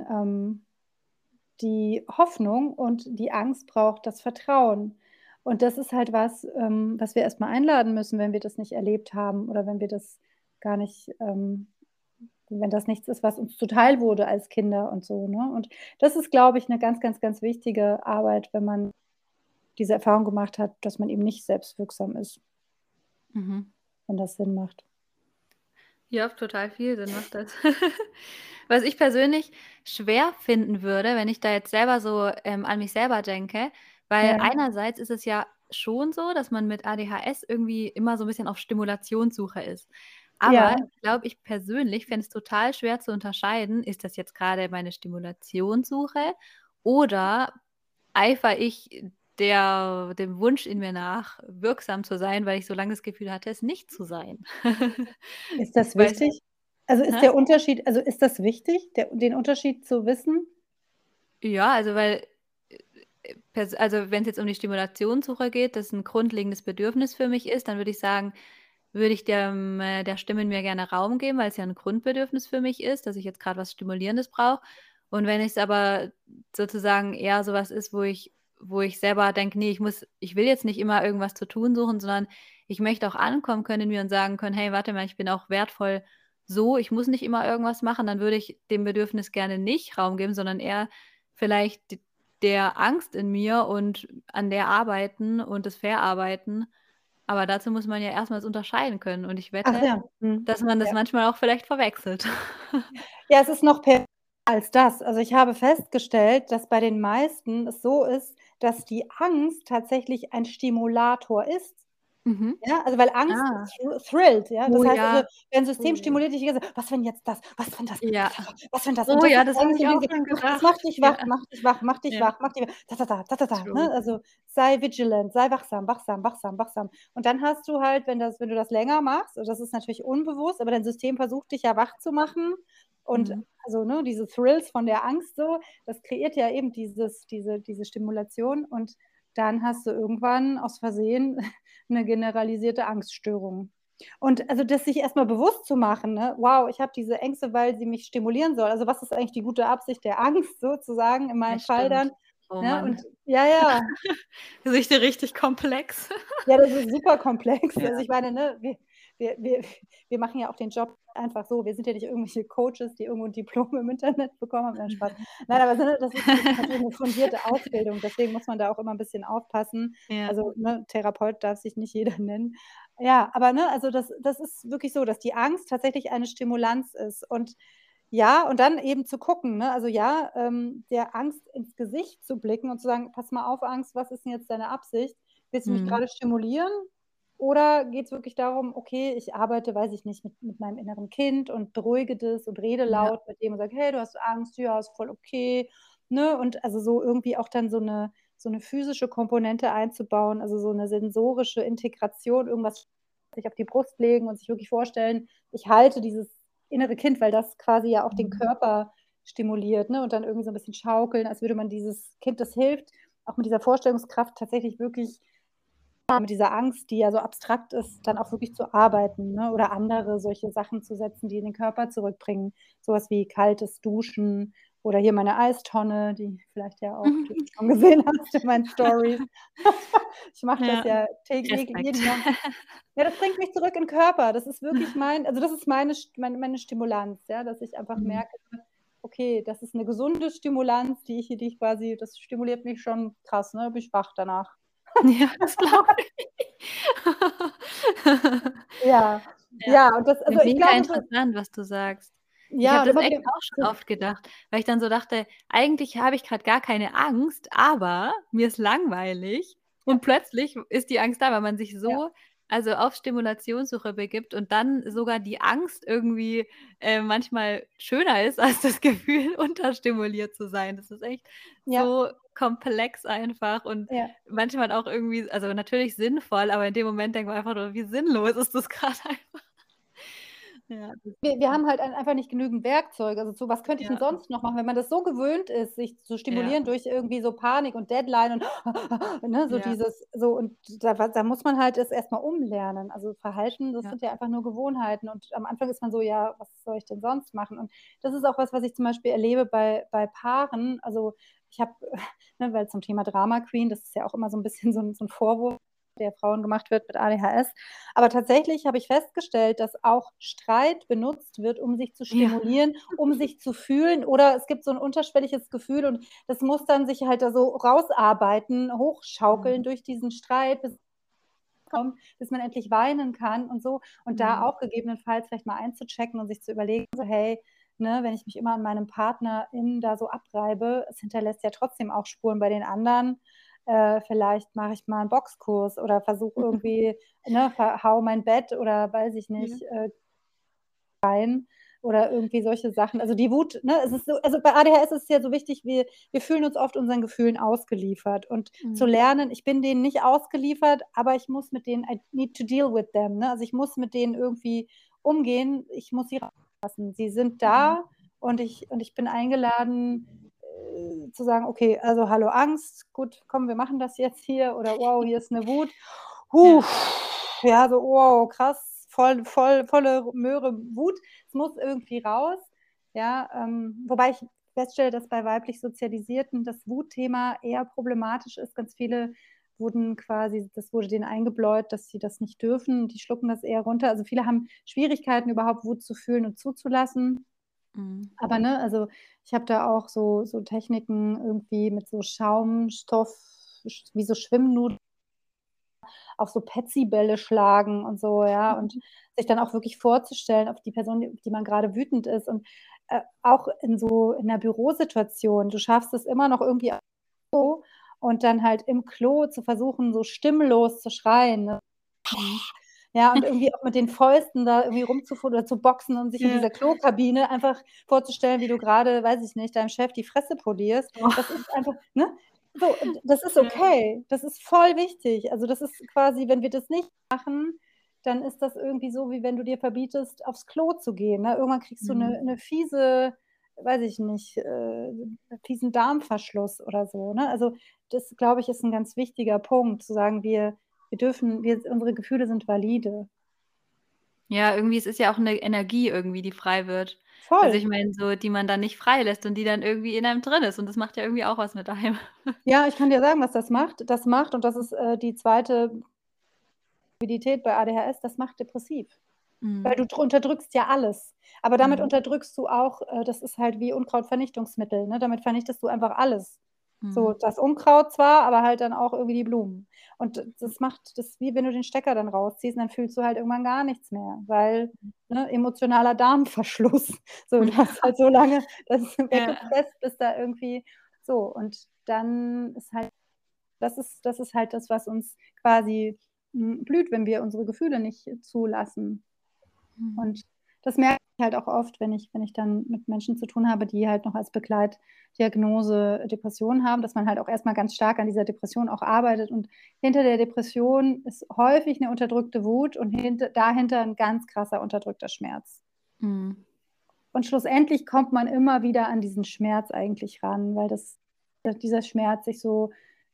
die Hoffnung, und die Angst braucht das Vertrauen. Und das ist halt was, was wir erst mal einladen müssen, wenn wir das nicht erlebt haben oder wenn wir das gar nicht, wenn das nichts ist, was uns zuteil wurde als Kinder und so, ne? Und das ist, glaube ich, 'ne ganz, ganz, ganz wichtige Arbeit, wenn man diese Erfahrung gemacht hat, dass man eben nicht selbstwirksam ist, Mhm. wenn das Sinn macht. Ja, total viel Sinn macht das. Was ich persönlich schwer finden würde, wenn ich da jetzt selber so, an mich selber denke, weil Ja, einerseits ist es ja schon so, dass man mit ADHS irgendwie immer so 'n bisschen auf Stimulationssuche ist. Aber ja, ich glaube, ich persönlich fände es total schwer zu unterscheiden, ist das jetzt grade meine Stimulationssuche oder eifere ich dem Wunsch in mir nach, wirksam zu sein, weil ich so lange das Gefühl hatte, es nicht zu sein. ist das Weißt wichtig? Also, ist hä? der Unterschied, also, ist das wichtig, den Unterschied zu wissen? Ja, also, weil, wenn's jetzt um die Stimulationssuche geht, das 'n grundlegendes Bedürfnis für mich ist, dann würde ich sagen, würde ich der Stimme in mir gerne Raum geben, weil's ja 'n Grundbedürfnis für mich ist, dass ich jetzt grad was Stimulierendes brauche. Und wenn ich's aber sozusagen eher so was ist, wo ich selber denke: „Ne, ich will jetzt nicht immer irgendwas zu tun suchen, sondern ich möchte auch ankommen können in mir und sagen können: ‚Hey, warte mal, ich bin auch wertvoll so, ich muss nicht immer irgendwas machen.‘“ Dann würde ich dem Bedürfnis gerne nicht Raum geben, sondern eher vielleicht der Angst in mir und an der arbeiten und das verarbeiten. Aber dazu muss man ja erst mal das unterscheiden können und ich Ach wette, ja, mhm, dass man das ja. manchmal auch vielleicht verwechselt. Ja, es ist noch als das. Also, ich habe festgestellt, dass bei den meisten es so ist, dass die Angst tatsächlich ein Stimulator ist. Mhm. Ja, also, weil Angst Ah. thrillt, ja? Oh Das heißt ja. also, dein Oh System ja. stimuliert dich die ganze Zeit: „Was, wenn jetzt das? Was, wenn das? Ja. Was, wenn das?“ Und Oh das ja, ist das habe eigentlich so ich auch diese schon das macht gedacht. dich Ja, wach, macht dich wach, macht dich ja. wach, macht dich ta ta ta ta ta ta, True. ne? Also, sei vigilant, sei wachsam, wachsam, wachsam, wachsam. Und dann hast du halt, wenn du das länger machst, und das ist natürlich unbewusst, aber dein System versucht dich ja wach zu machen und Mhm. also, ne, diese Thrills von der Angst so, das kreiert ja eben diese Stimulation, und dann hast du irgendwann aus Versehen 'ne generalisierte Angststörung. Und also, das sich erst mal bewusst zu machen, ne: „Wow, ich habe diese Ängste, weil sie mich stimulieren soll.“ Also, was ist eigentlich die gute Absicht der Angst sozusagen in Ja, meinem Fall stimmt. dann, Oh ne? Mann. Und ja, ja. Siehste richtig komplex. Ja, das ist super komplex. Ja. Also, ich meine, ne, wir wir wir machen ja auch den Job einfach so. Wir sind ja nicht irgendwelche Coaches, die irgendwo 'n Diplom im Internet bekommen haben. Nein, Spaß. Nein, aber so, ne, das ist natürlich 'ne fundierte Ausbildung, deswegen muss man da auch immer 'n bisschen aufpassen. Ja. Also, ne, Therapeut darf sich nicht jeder nennen. Ja, aber, ne, also, das ist wirklich so, dass die Angst tatsächlich eine Stimulanz ist. Und ja, und dann eben zu gucken, ne, also, ja, der Angst ins Gesicht zu blicken und zu sagen: „Pass mal auf, Angst, was ist 'n jetzt deine Absicht? Willst du mich Mhm. grade stimulieren oder geht's wirklich darum, okay, ich arbeite, weiß ich nicht, mit meinem inneren Kind und beruhige das und rede Ja. laut mit dem und sage: „Hey, du hast Angst, ja, ist voll okay“, ne? Und also, so irgendwie auch dann so 'ne physische Komponente einzubauen, also, so 'ne sensorische Integration, irgendwas sich auf die Brust legen und sich wirklich vorstellen, ich halte dieses innere Kind, weil das quasi ja auch den Mhm. Körper stimuliert, ne? Und dann irgendwie so 'n bisschen schaukeln, als würde man dieses Kind, das hilft, auch mit dieser Vorstellungskraft tatsächlich wirklich mit dieser Angst, die ja so abstrakt ist, dann auch wirklich zu arbeiten, ne? Oder andere solche Sachen zu setzen, die in den Körper zurückbringen. Sowas wie kaltes Duschen oder hier meine Eistonne, die vielleicht ja auch du schon gesehen hast in meinen Stories. Ich mache das Ja, ja Respekt. jeden Morgen. Ja, das bringt mich zurück in 'n Körper. Das ist wirklich das ist meine Stimulanz, ja, dass ich einfach Mhm. merke, okay, das ist 'ne gesunde Stimulanz, die ich quasi das stimuliert mich schon krass, ne? Bin ich wach danach. Ja, das glaube ich. Ja, Ja. ja, und Ja, ich mega glaube so interessant, was du sagst. Ich ja, habe und das immer echt wieder auch schon so oft gedacht, weil ich dann so dachte: „Eigentlich habe ich grad gar keine Angst, aber mir ist langweilig." ja, Und plötzlich ist die Angst da, weil man sich ja, so also auf Stimulationssuche begibt und dann sogar die Angst irgendwie, manchmal schöner ist als das Gefühl, unterstimuliert zu sein. Das ist echt ja, so komplex einfach und ja. manchmal auch irgendwie also natürlich sinnvoll, aber in dem Moment denkt man einfach nur: „Wie sinnlos ist das grad einfach." Ja, das Wir haben halt einfach nicht genügend Werkzeuge. Also, zu was könnte ich denn ja, sonst noch machen, wenn man das so gewöhnt ist, sich zu ja, stimulieren durch irgendwie so Panik und Deadline und ne, so ja, dieses so und da muss man halt das erst mal umlernen. Also, Verhalten, das ja. sind ja einfach nur Gewohnheiten und am Anfang ist man so: „Ja, was soll ich denn sonst machen?“ Und das ist auch was, was ich zum Beispiel erlebe bei Paaren. Also, ich habe ne, weil zum Thema Drama Queen, das ist ja auch immer so 'n bisschen so 'n Vorwurf, der Frauen gemacht wird mit ADHS. Aber tatsächlich habe ich festgestellt, dass auch Streit benutzt wird, um sich zu Ja. stimulieren, um sich zu fühlen oder es gibt so 'n unterschwelliges Gefühl und das muss dann sich halt da so rausarbeiten, hochschaukeln Mhm. durch diesen Streit, bis man endlich weinen kann und so. Und da Mhm. auch gegebenenfalls vielleicht mal einzuchecken und sich zu überlegen, so: „Hey, ne, wenn ich mich immer an meinem PartnerInnen da so abreibe, es hinterlässt ja trotzdem auch Spuren bei den anderen. Vielleicht mache ich mal 'n Boxkurs oder versuche irgendwie, ne, verhaue mein Bett oder weiß ich Ja. nicht, rein oder irgendwie solche Sachen. Also, die Wut, ne, es ist so bei ADHS ist es ja so wichtig, wir fühlen uns oft unseren Gefühlen ausgeliefert und zu Mhm. lernen, ich bin denen nicht ausgeliefert, aber ich muss mit denen I need to deal with them, ne? Also, ich muss mit denen irgendwie umgehen. Ich muss sie rauslassen. Sie sind Mhm. da und ich bin eingeladen, zu sagen: „Okay, also, hallo Angst, gut, komm, wir machen das jetzt hier“ oder „Wow, hier ist 'ne Wut. Hu, Ja. ja, so, wow, krass, volle Möhre Wut. Es muss irgendwie raus, ja, wobei ich feststelle, dass bei weiblich Sozialisierten das Wutthema eher problematisch ist. Ganz viele wurden quasi das wurde denen eingebläut, dass sie das nicht dürfen. Die schlucken das eher runter. Also, viele haben Schwierigkeiten, überhaupt Wut zu fühlen und zuzulassen. Mhm. Aber, ne, also, ich habe da auch so Techniken irgendwie mit so Schaumstoff, wie so Schwimmnudeln auf so Petsybälle schlagen und so, ja, und sich dann auch wirklich vorzustellen auf die Person, auf die man grade wütend ist und, auch in 'ner Bürosituation. Du schaffst es immer noch irgendwie und dann halt im Klo zu versuchen, so stimmlos zu schreien, ne? Mhm. Ja, und irgendwie auch mit den Fäusten da irgendwie rumzufuhren oder zu boxen und sich in Ja. dieser Klokabine einfach vorzustellen, wie du grade, weiß ich nicht, deinem Chef die Fresse polierst. Das Oh. ist einfach ne? So, das ist Ja. okay. Das ist voll wichtig. Also, das ist quasi wenn wir das nicht machen, dann ist das irgendwie so, wie wenn du dir verbietest, aufs Klo zu gehen, ne? Irgendwann kriegst du Mhm. 'ne fiese weiß ich nicht, fiesen Darmverschluss oder so, ne? Also, das, glaube ich, ist 'n ganz wichtiger Punkt, zu sagen, wir dürfen unsere Gefühle sind valide. Ja, irgendwie es ist ja auch 'ne Energie irgendwie, die frei wird. Also, Voll. ich meine so, die man dann nicht freilässt und die dann irgendwie in einem drin ist und das macht ja irgendwie auch was mit einem. Ja, ich kann dir sagen, was das macht. Das macht und das ist, die zweite Morbidität bei ADHS, das macht depressiv. Weil Mhm. du unterdrückst ja alles. Aber damit Mhm. unterdrückst du auch das ist halt wie Unkrautvernichtungsmittel, ne? Damit vernichtest du einfach alles. So, Mhm. das Unkraut zwar, aber halt dann auch irgendwie die Blumen. Und das macht das wie wenn du den Stecker dann rausziehst und dann fühlst du halt irgendwann gar nichts mehr, weil, ne, emotionaler Darmverschluss. So, du hast halt so lange das Ja. weggepresst, bis da irgendwie so und dann ist halt das ist halt das, was uns quasi, blüht, wenn wir unsere Gefühle nicht zulassen. Mhm. Und das merke ich halt auch oft, wenn ich dann mit Menschen zu tun habe, die halt noch als Begleitdiagnose Depression haben, dass man halt auch erst mal ganz stark an dieser Depression auch arbeitet. Und hinter der Depression ist häufig 'ne unterdrückte Wut und dahinter 'n ganz krasser unterdrückter Schmerz. Mhm. Und schlussendlich kommt man immer wieder an diesen Schmerz eigentlich ran, weil dieser Schmerz sich so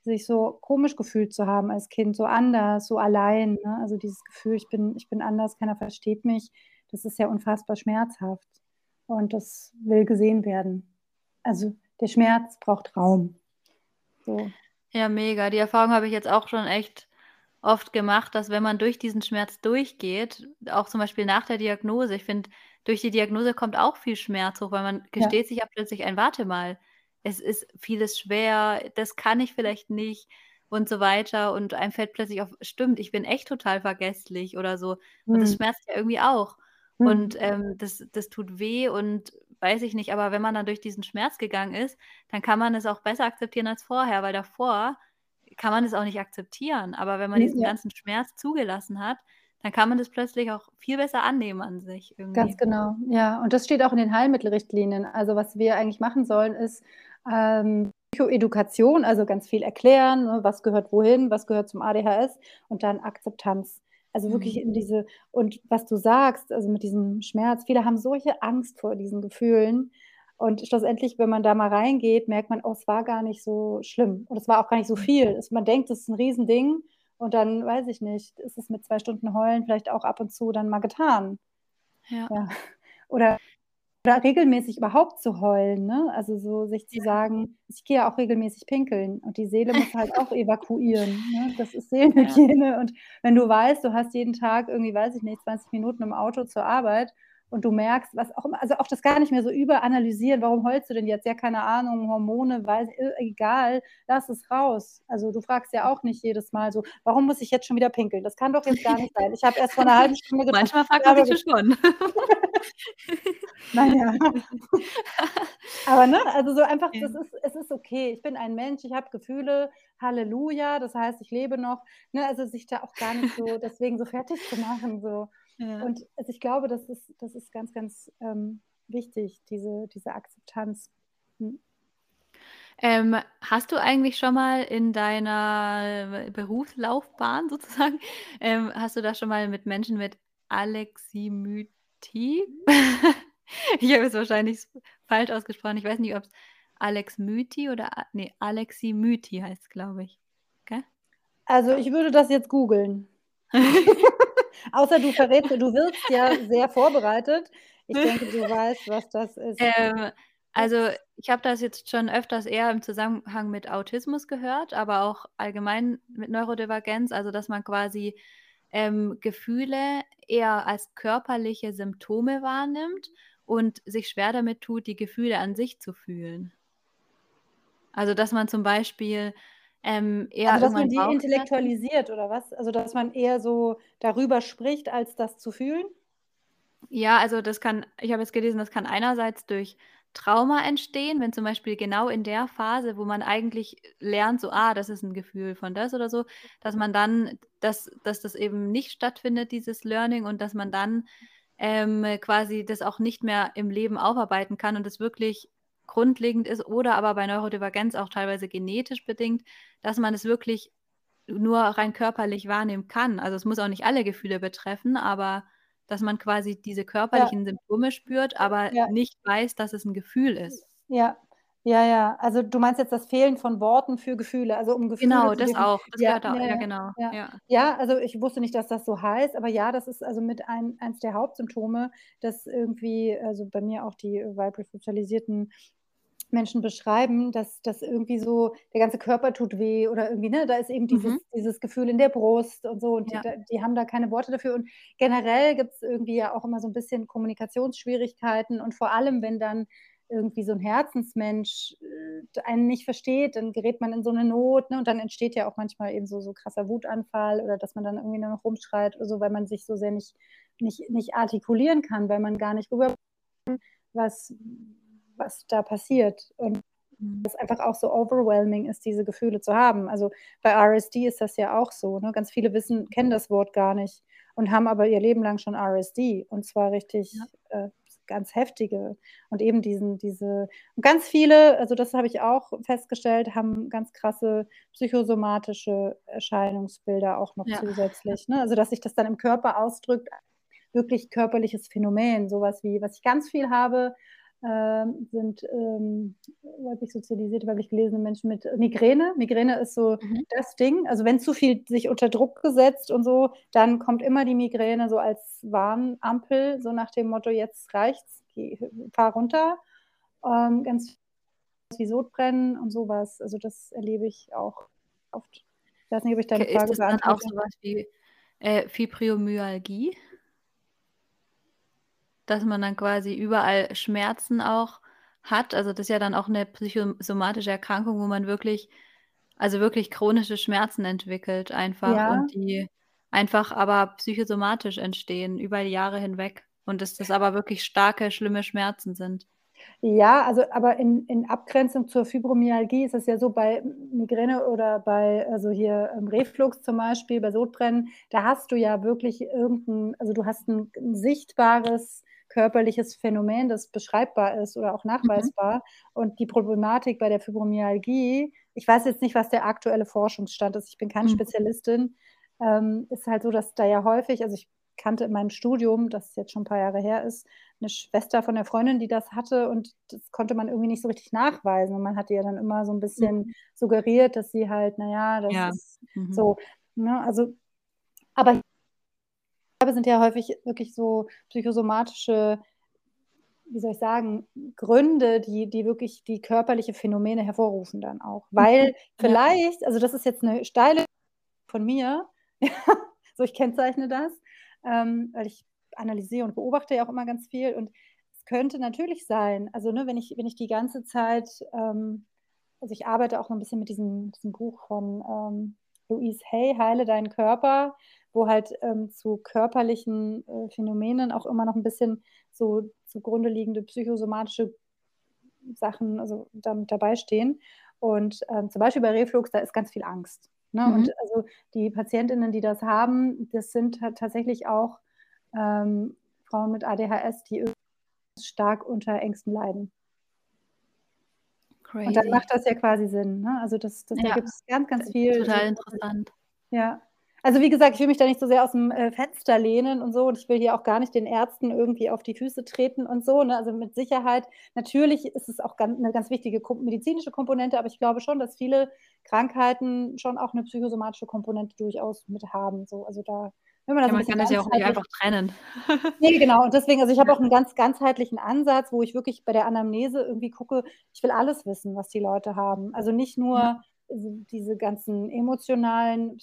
sich so komisch gefühlt zu haben als Kind, so anders, so allein, ne? Also, dieses Gefühl, ich bin anders, keiner versteht mich, das ist ja unfassbar schmerzhaft und das will gesehen werden. Also, der Schmerz braucht Raum, so. Ja, mega. Die Erfahrung habe ich jetzt auch schon echt oft gemacht, dass wenn man durch diesen Schmerz durchgeht, auch zum Beispiel nach der Diagnose, ich finde, durch die Diagnose kommt auch viel Schmerz hoch, weil man Ja, gesteht sich ja plötzlich ein: „Warte mal, es ist vieles schwer, das kann ich vielleicht nicht“ und so weiter und einem fällt plötzlich auf: „Stimmt, ich bin echt total vergesslich“ oder so und das mhm, schmerzt ja irgendwie auch mhm. und, das tut weh und weiß ich nicht, aber wenn man dann durch diesen Schmerz gegangen ist, dann kann man es auch besser akzeptieren als vorher, weil davor kann man es auch nicht akzeptieren. Aber wenn man Hm, diesen ja. ganzen Schmerz zugelassen hat, dann kann man das plötzlich auch viel besser annehmen an sich Ganz irgendwie. genau, ja. Und das steht auch in den Heilmittelrichtlinien. Also, was wir eigentlich machen sollen, ist, Psychoedukation, also ganz viel erklären, ne, was gehört wohin, was gehört zum ADHS und dann Akzeptanz. Also, wirklich Mhm. in diese und was du sagst, also mit diesem Schmerz, viele haben solche Angst vor diesen Gefühlen und schlussendlich, wenn man da mal reingeht, merkt man: „Oh, es war gar nicht so schlimm und es war auch gar nicht so Mhm. viel." Man denkt, es ist 'n Riesending und dann, weiß ich nicht, ist es mit 2 Stunden Heulen vielleicht auch ab und zu dann mal getan. Ja. Ja. Oder oder regelmäßig überhaupt zu heulen, ne? Also, so sich zu Ja. sagen: „Ich gehe ja auch regelmäßig pinkeln" und die Seele muss halt auch evakuieren, ne? Das ist Ja, Seelenhygiene und wenn du weißt, du hast jeden Tag irgendwie, weiß ich nicht, 20 Minuten im Auto zur Arbeit und du merkst, was auch immer also, auch das gar nicht mehr so überanalysieren: „Warum heulst du denn jetzt?" „Ja, keine Ahnung, Hormone, weiß egal, lass es raus." Also, du fragst ja auch nicht jedes Mal so: „Warum muss ich jetzt schon wieder pinkeln? Das kann doch jetzt gar nicht sein. Ich habe erst vor 'ner halben Stunde getrunken." manchmal fragt Ja, man sich aber das schon. na ja. Aber ne, also so einfach, Ja, es ist okay. Ich bin ein Mensch, ich habe Gefühle, Halleluja, das heißt, ich lebe noch, ne? Also, sich da auch gar nicht so deswegen so fertig zu machen, so. ja. Und also, ich glaube, das ist ganz, ganz, wichtig, diese Akzeptanz. Mhm. Hast du eigentlich schon mal in deiner Berufslaufbahn sozusagen hast du da schon mal mit Menschen mit Alexithymie ich habe es wahrscheinlich falsch ausgesprochen. Ich weiß nicht, ob's Alexmyti oder ne, Aleximyti heißt's, glaube ich. Gell? Also, ich würde das jetzt googeln. Außer du wirkst ja sehr vorbereitet. Ich denke, du weißt, was das ist. Ähm, also, Ups. ich habe das jetzt schon öfters eher im Zusammenhang mit Autismus gehört, aber auch allgemein mit Neurodivergenz, also, dass man quasi, Gefühle eher als körperliche Symptome wahrnimmt und sich schwer damit tut, die Gefühle an sich zu fühlen. Also, dass man zum Beispiel, Also, eher dass man irgendwann die Bauchschmerzen intellektualisiert oder was? Also, dass man eher so darüber spricht, als das zu fühlen? Ja, also das kann ich habe jetzt gelesen, das kann einerseits durch Trauma entstehen, wenn zum Beispiel genau in der Phase, wo man eigentlich lernt, so: „Ah, das ist 'n Gefühl von das oder so“, dass man dann dass das eben nicht stattfindet, dieses Learning und dass man dann, quasi das auch nicht mehr im Leben aufarbeiten kann und es wirklich grundlegend ist oder aber bei Neurodivergenz auch teilweise genetisch bedingt, dass man es wirklich nur rein körperlich wahrnehmen kann. Also, es muss auch nicht alle Gefühle betreffen, aber dass man quasi diese Ja, körperlichen Symptome spürt, aber ja, nicht weiß, dass es 'n Gefühl ist. ja. Ja, ja. Also, du meinst jetzt das Fehlen von Worten für Gefühle, also, um Gefühle Genau, zu das definieren. auch. Das Ja, gehört da ja, ja ja, genau, ja. ja. Ja, also, ich wusste nicht, dass das so heißt, aber ja, das ist also mit eins der Hauptsymptome, dass irgendwie also, bei mir auch die weiblich sozialisierten Menschen beschreiben, dass irgendwie so der ganze Körper tut weh oder irgendwie, ne, da ist eben Mhm. dieses Gefühl in der Brust und so und Ja. die haben da keine Worte dafür und generell gibt's irgendwie ja auch immer so 'n bisschen Kommunikationsschwierigkeiten und vor allem, wenn dann irgendwie so 'n Herzensmensch, einen nicht versteht, dann gerät man in so 'ne Not, ne, und dann entsteht ja auch manchmal eben so krasser Wutanfall oder dass man dann irgendwie nur noch rumschreit oder so, weil man sich so sehr nicht artikulieren kann, weil man gar nicht rüber was was da passiert und Mhm. es einfach auch so overwhelming ist, diese Gefühle zu haben. Also, bei RSD ist das ja auch so, ne? Ganz viele kennen das Wort gar nicht und haben aber ihr Leben lang schon RSD und zwar Ja. richtig, ganz heftige und eben diese und ganz viele, also, das habe ich auch festgestellt, haben ganz krasse psychosomatische Erscheinungsbilder auch noch Ja. zusätzlich, ne? Also, dass sich das dann im Körper ausdrückt, wirklich körperliches Phänomen, so was wie was ich ganz viel habe, sind weiblich sozialisierte, weiblich gelesene Menschen mit Migräne. Migräne ist so Mhm. das Ding. Also wenn zu viel sich unter Druck gesetzt und so, dann kommt immer die Migräne so als Warnampel, so nach dem Motto, jetzt reicht's, fahr runter. Ganz wie Sodbrennen und sowas. Also das erlebe ich auch oft. Ich weiß nicht, ob ich deine Ist Frage es dann auch beantworte. so was wie, Fibromyalgie? Dass man dann quasi überall Schmerzen auch hat? Also, das ist ja dann auch 'ne psychosomatische Erkrankung, wo man wirklich chronische Schmerzen entwickelt einfach Ja, und die einfach aber psychosomatisch entstehen über die Jahre hinweg und dass das aber wirklich starke, schlimme Schmerzen sind. ja, also aber in Abgrenzung zur Fibromyalgie ist es ja so, bei Migräne oder bei also hier, Reflux zum Beispiel, bei Sodbrennen, da hast du ja wirklich also du hast 'n sichtbares körperliches Phänomen, das beschreibbar ist oder auch Mhm. nachweisbar. Und die Problematik bei der Fibromyalgie, ich weiß jetzt nicht, was der aktuelle Forschungsstand ist, ich bin keine Mhm. Spezialistin, ist halt so, dass da ja häufig, also ich kannte in meinem Studium, das jetzt schon 'n paar Jahre her ist, 'ne Schwester von der Freundin, die das hatte, und das konnte man irgendwie nicht so richtig nachweisen. Und man hat ihr dann immer so 'n bisschen Mhm. suggeriert, dass sie halt, na ja, das Ja. ist Mhm. so, ne? Also, aber sind ja häufig wirklich so psychosomatische, wie soll ich sagen, Gründe, die wirklich die körperliche Phänomene hervorrufen dann auch. Mhm. Weil Ja. vielleicht, also das ist jetzt 'ne steile von mir, so ich kennzeichne das, weil ich analysiere und beobachte ja auch immer ganz viel, und es könnte natürlich sein, also, ne, wenn ich die ganze Zeit, also, ich arbeite auch so 'n bisschen mit diesem Buch von, Louise Hay, „Heile deinen Körper", wo halt, zu körperlichen, Phänomenen auch immer noch 'n bisschen so zugrunde liegende psychosomatische Sachen, also, damit dabei stehen. Und, zum Beispiel bei Reflux, da ist ganz viel Angst, ne? Mhm. Und also, die Patientinnen, die das haben, das sind halt tatsächlich auch, Frauen mit ADHS, die stark unter Ängsten leiden. Und dann Crazy. macht das ja quasi Sinn, ne? Also, da Ja, gibt's ganz, ganz viel so total körperliche. interessant. Ja. Also, wie gesagt, ich will mich da nicht so sehr aus'm, Fenster lehnen und so, und ich will hier auch gar nicht den Ärzten irgendwie auf die Füße treten und so, ne? Also, mit Sicherheit, natürlich ist es auch 'ne ganz wichtige medizinische Komponente, aber ich glaube schon, dass viele Krankheiten schon auch 'ne psychosomatische Komponente durchaus mit haben, so. Also, da, wenn man da Ja, so 'n man bisschen kann das ja auch nicht ganzheitlich. einfach trennen. Ne, genau. Und deswegen, also, ich habe Ja, auch 'n ganz ganzheitlichen Ansatz, wo ich wirklich bei der Anamnese irgendwie gucke, ich will alles wissen, was die Leute haben. Also, nicht ja. nur diese ganzen emotionalen,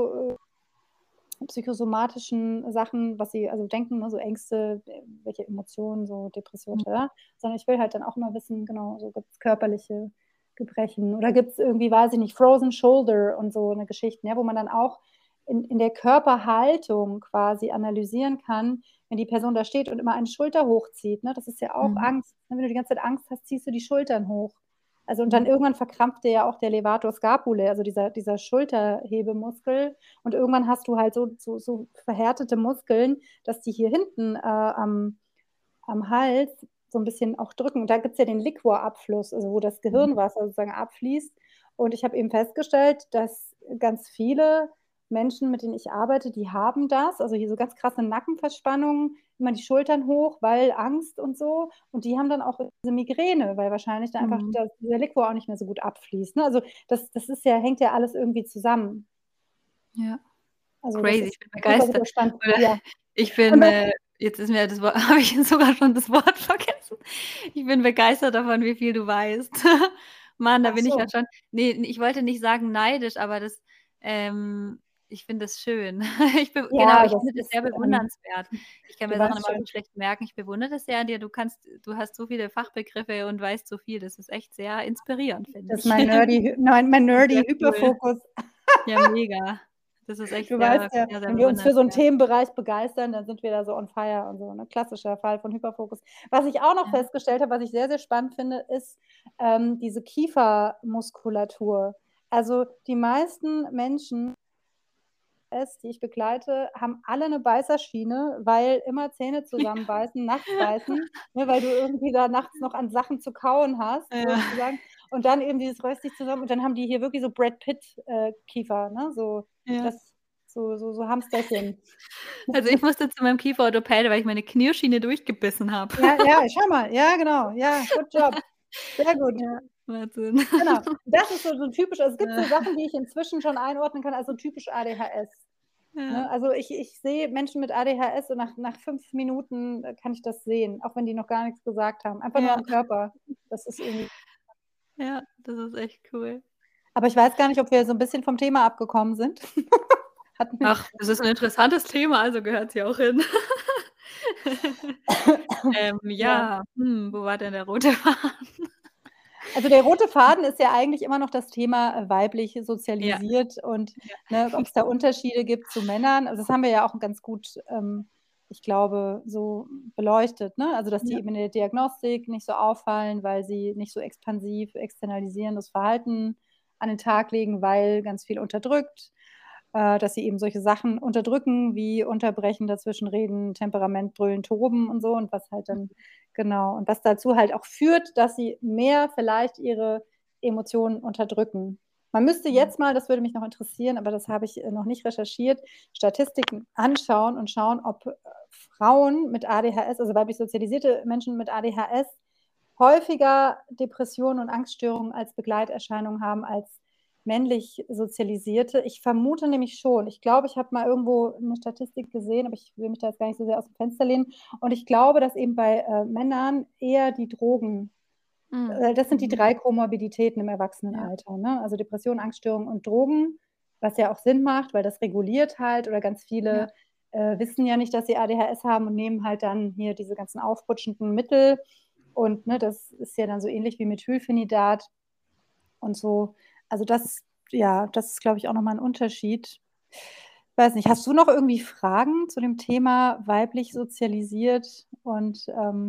psychosomatischen Sachen, was sie also denken, ne, so Ängste, welche Emotionen, so Depression, Mhm. sondern ich will halt dann auch immer wissen, genau, so gibt's körperliche Gebrechen oder gibt's irgendwie, weiß ich nicht, Frozen Shoulder und so 'ne Geschichten, ja, wo man dann auch in der Körperhaltung quasi analysieren kann, wenn die Person da steht und immer eine Schulter hochzieht, ne? Das ist ja auch Mhm. Angst, ne? Wenn du die ganze Zeit Angst hast, ziehst du die Schultern hoch. Also, und dann Mhm. irgendwann verkrampft dir ja auch der Levator scapulae, also dieser Schulterhebemuskel, und irgendwann hast du halt so verhärtete Muskeln, dass die hier hinten, am Hals so 'n bisschen auch drücken. Und da gibt's ja den Liquorabfluss, also wo das Mhm. Gehirnwasser sozusagen abfließt. Und ich habe eben festgestellt, dass ganz viele Menschen, mit denen ich arbeite, die haben das, also hier so ganz krasse Nackenverspannungen, immer die Schultern hoch, weil Angst und so. Und die haben dann auch diese Migräne, weil wahrscheinlich da einfach Mhm. dieser Liquor auch nicht mehr so gut abfließt, ne? Also, das ist ja, hängt ja alles irgendwie zusammen. Ja. Also, das Crazy, ich ist bin super, begeistert. super spannend. Oder Ja. ich Und bin, was jetzt ist mir das Wort habe ich sogar schon das Wort vergessen. Ich bin begeistert davon, wie viel du weißt. Mann, da ach bin ich ja so. schon ich wollte nicht sagen neidisch, aber ähm, ich finde das schön. Genau, Ja, ich das finde das ist, sehr bewundernswert. Ich kann du mir Sachen weißt immer so schon. schlecht merken. Ich bewundere das sehr an dir. Du hast so viele Fachbegriffe und weißt so viel. Das ist echt sehr inspirierend, finde Das ist ich. mein Ja, nerdy sehr cool. Hyperfokus. Ja, mega. Das ist echt Du weißt sehr, ja, sehr, sehr wenn wir uns für so 'n bewundernswert. Themenbereich begeistern, dann sind wir da so on fire und so, ne? Klassischer Fall von Hyperfokus. Was ich auch noch Ja. festgestellt habe, was ich sehr, sehr spannend finde, ist, diese Kiefermuskulatur. Also, die meisten Menschen, die ich begleite, haben alle 'ne Beißerschiene, weil immer Zähne zusammenbeißen, nachts beißen, ne, weil du irgendwie da nachts noch an Sachen zu kauen hast, Ja, sozusagen. Und dann eben dieses reißt dich zusammen, und dann haben die hier wirklich so Brad Pitt, Kiefer, ne, so ja. das so Hamsterchen. Also, ich musste zu meinem Kieferorthopäde, weil ich meine Knirschschiene durchgebissen habe. Ja, ja, schau mal. Ja, genau. Ja, good job. Sehr gut. Ja, Wahnsinn. Genau. Das ist so typisch, also, es gibt Ja, so Sachen, die ich inzwischen schon einordnen kann, also typisch ADHS, ja, ne? Also, ich sehe Menschen mit ADHS und nach 5 Minuten, kann ich das sehen, auch wenn die noch gar nix gesagt haben, einfach nur ja, am Körper. Das ist irgendwie, ja, das ist echt cool. aber ich weiß gar nicht, ob wir so 'n bisschen vom Thema abgekommen sind. Hatten wir Ach, das ist 'n interessantes Thema, also gehört's hier auch hin. ja. Ja, wo war denn der rote Faden? Also, der rote Faden ist ja eigentlich immer noch das Thema, weiblich Ja, sozialisiert und, ja, ne, ob's da Unterschiede gibt zu Männern. Also, das haben wir ja auch ganz gut, ich glaube, so beleuchtet, ne? Also, dass die ja, eben in der Diagnostik nicht so auffallen, weil sie nicht so expansiv externalisierendes Verhalten an den Tag legen, weil ganz viel unterdrückt, dass sie eben solche Sachen unterdrücken wie Unterbrechen, dazwischenreden, Temperament, Brüllen, Toben und so und was halt dann genau, und was dazu halt auch führt, dass sie mehr vielleicht ihre Emotionen unterdrücken. Man müsste mhm, jetzt mal, das würde mich noch interessieren, aber das habe ich, noch nicht recherchiert, Statistiken anschauen und schauen, ob, Frauen mit ADHS, also weiblich sozialisierte Menschen mit ADHS, häufiger Depressionen und Angststörungen als Begleiterscheinung haben als männlich Sozialisierte. Ich vermute nämlich schon. Ich glaube, ich habe mal irgendwo 'ne Statistik gesehen, aber ich will mich da jetzt gar nicht so sehr aus'm Fenster lehnen. Und ich glaube, dass eben bei, Männern eher die Drogen, das sind die mhm, 3 Komorbiditäten im ja, Erwachsenenalter, ne? Also, Depression, Angststörung und Drogen, was ja auch Sinn macht, weil das reguliert halt, oder ganz ja, viele, wissen ja nicht, dass sie ADHS haben und nehmen halt dann hier diese ganzen aufputschenden Mittel und, ne, das ist ja dann so ähnlich wie Methylphenidat und so. Also, das, ja, das ist, glaube ich, auch noch mal 'n Unterschied. Weiß nicht, hast du noch irgendwie Fragen zu dem Thema weiblich sozialisiert und,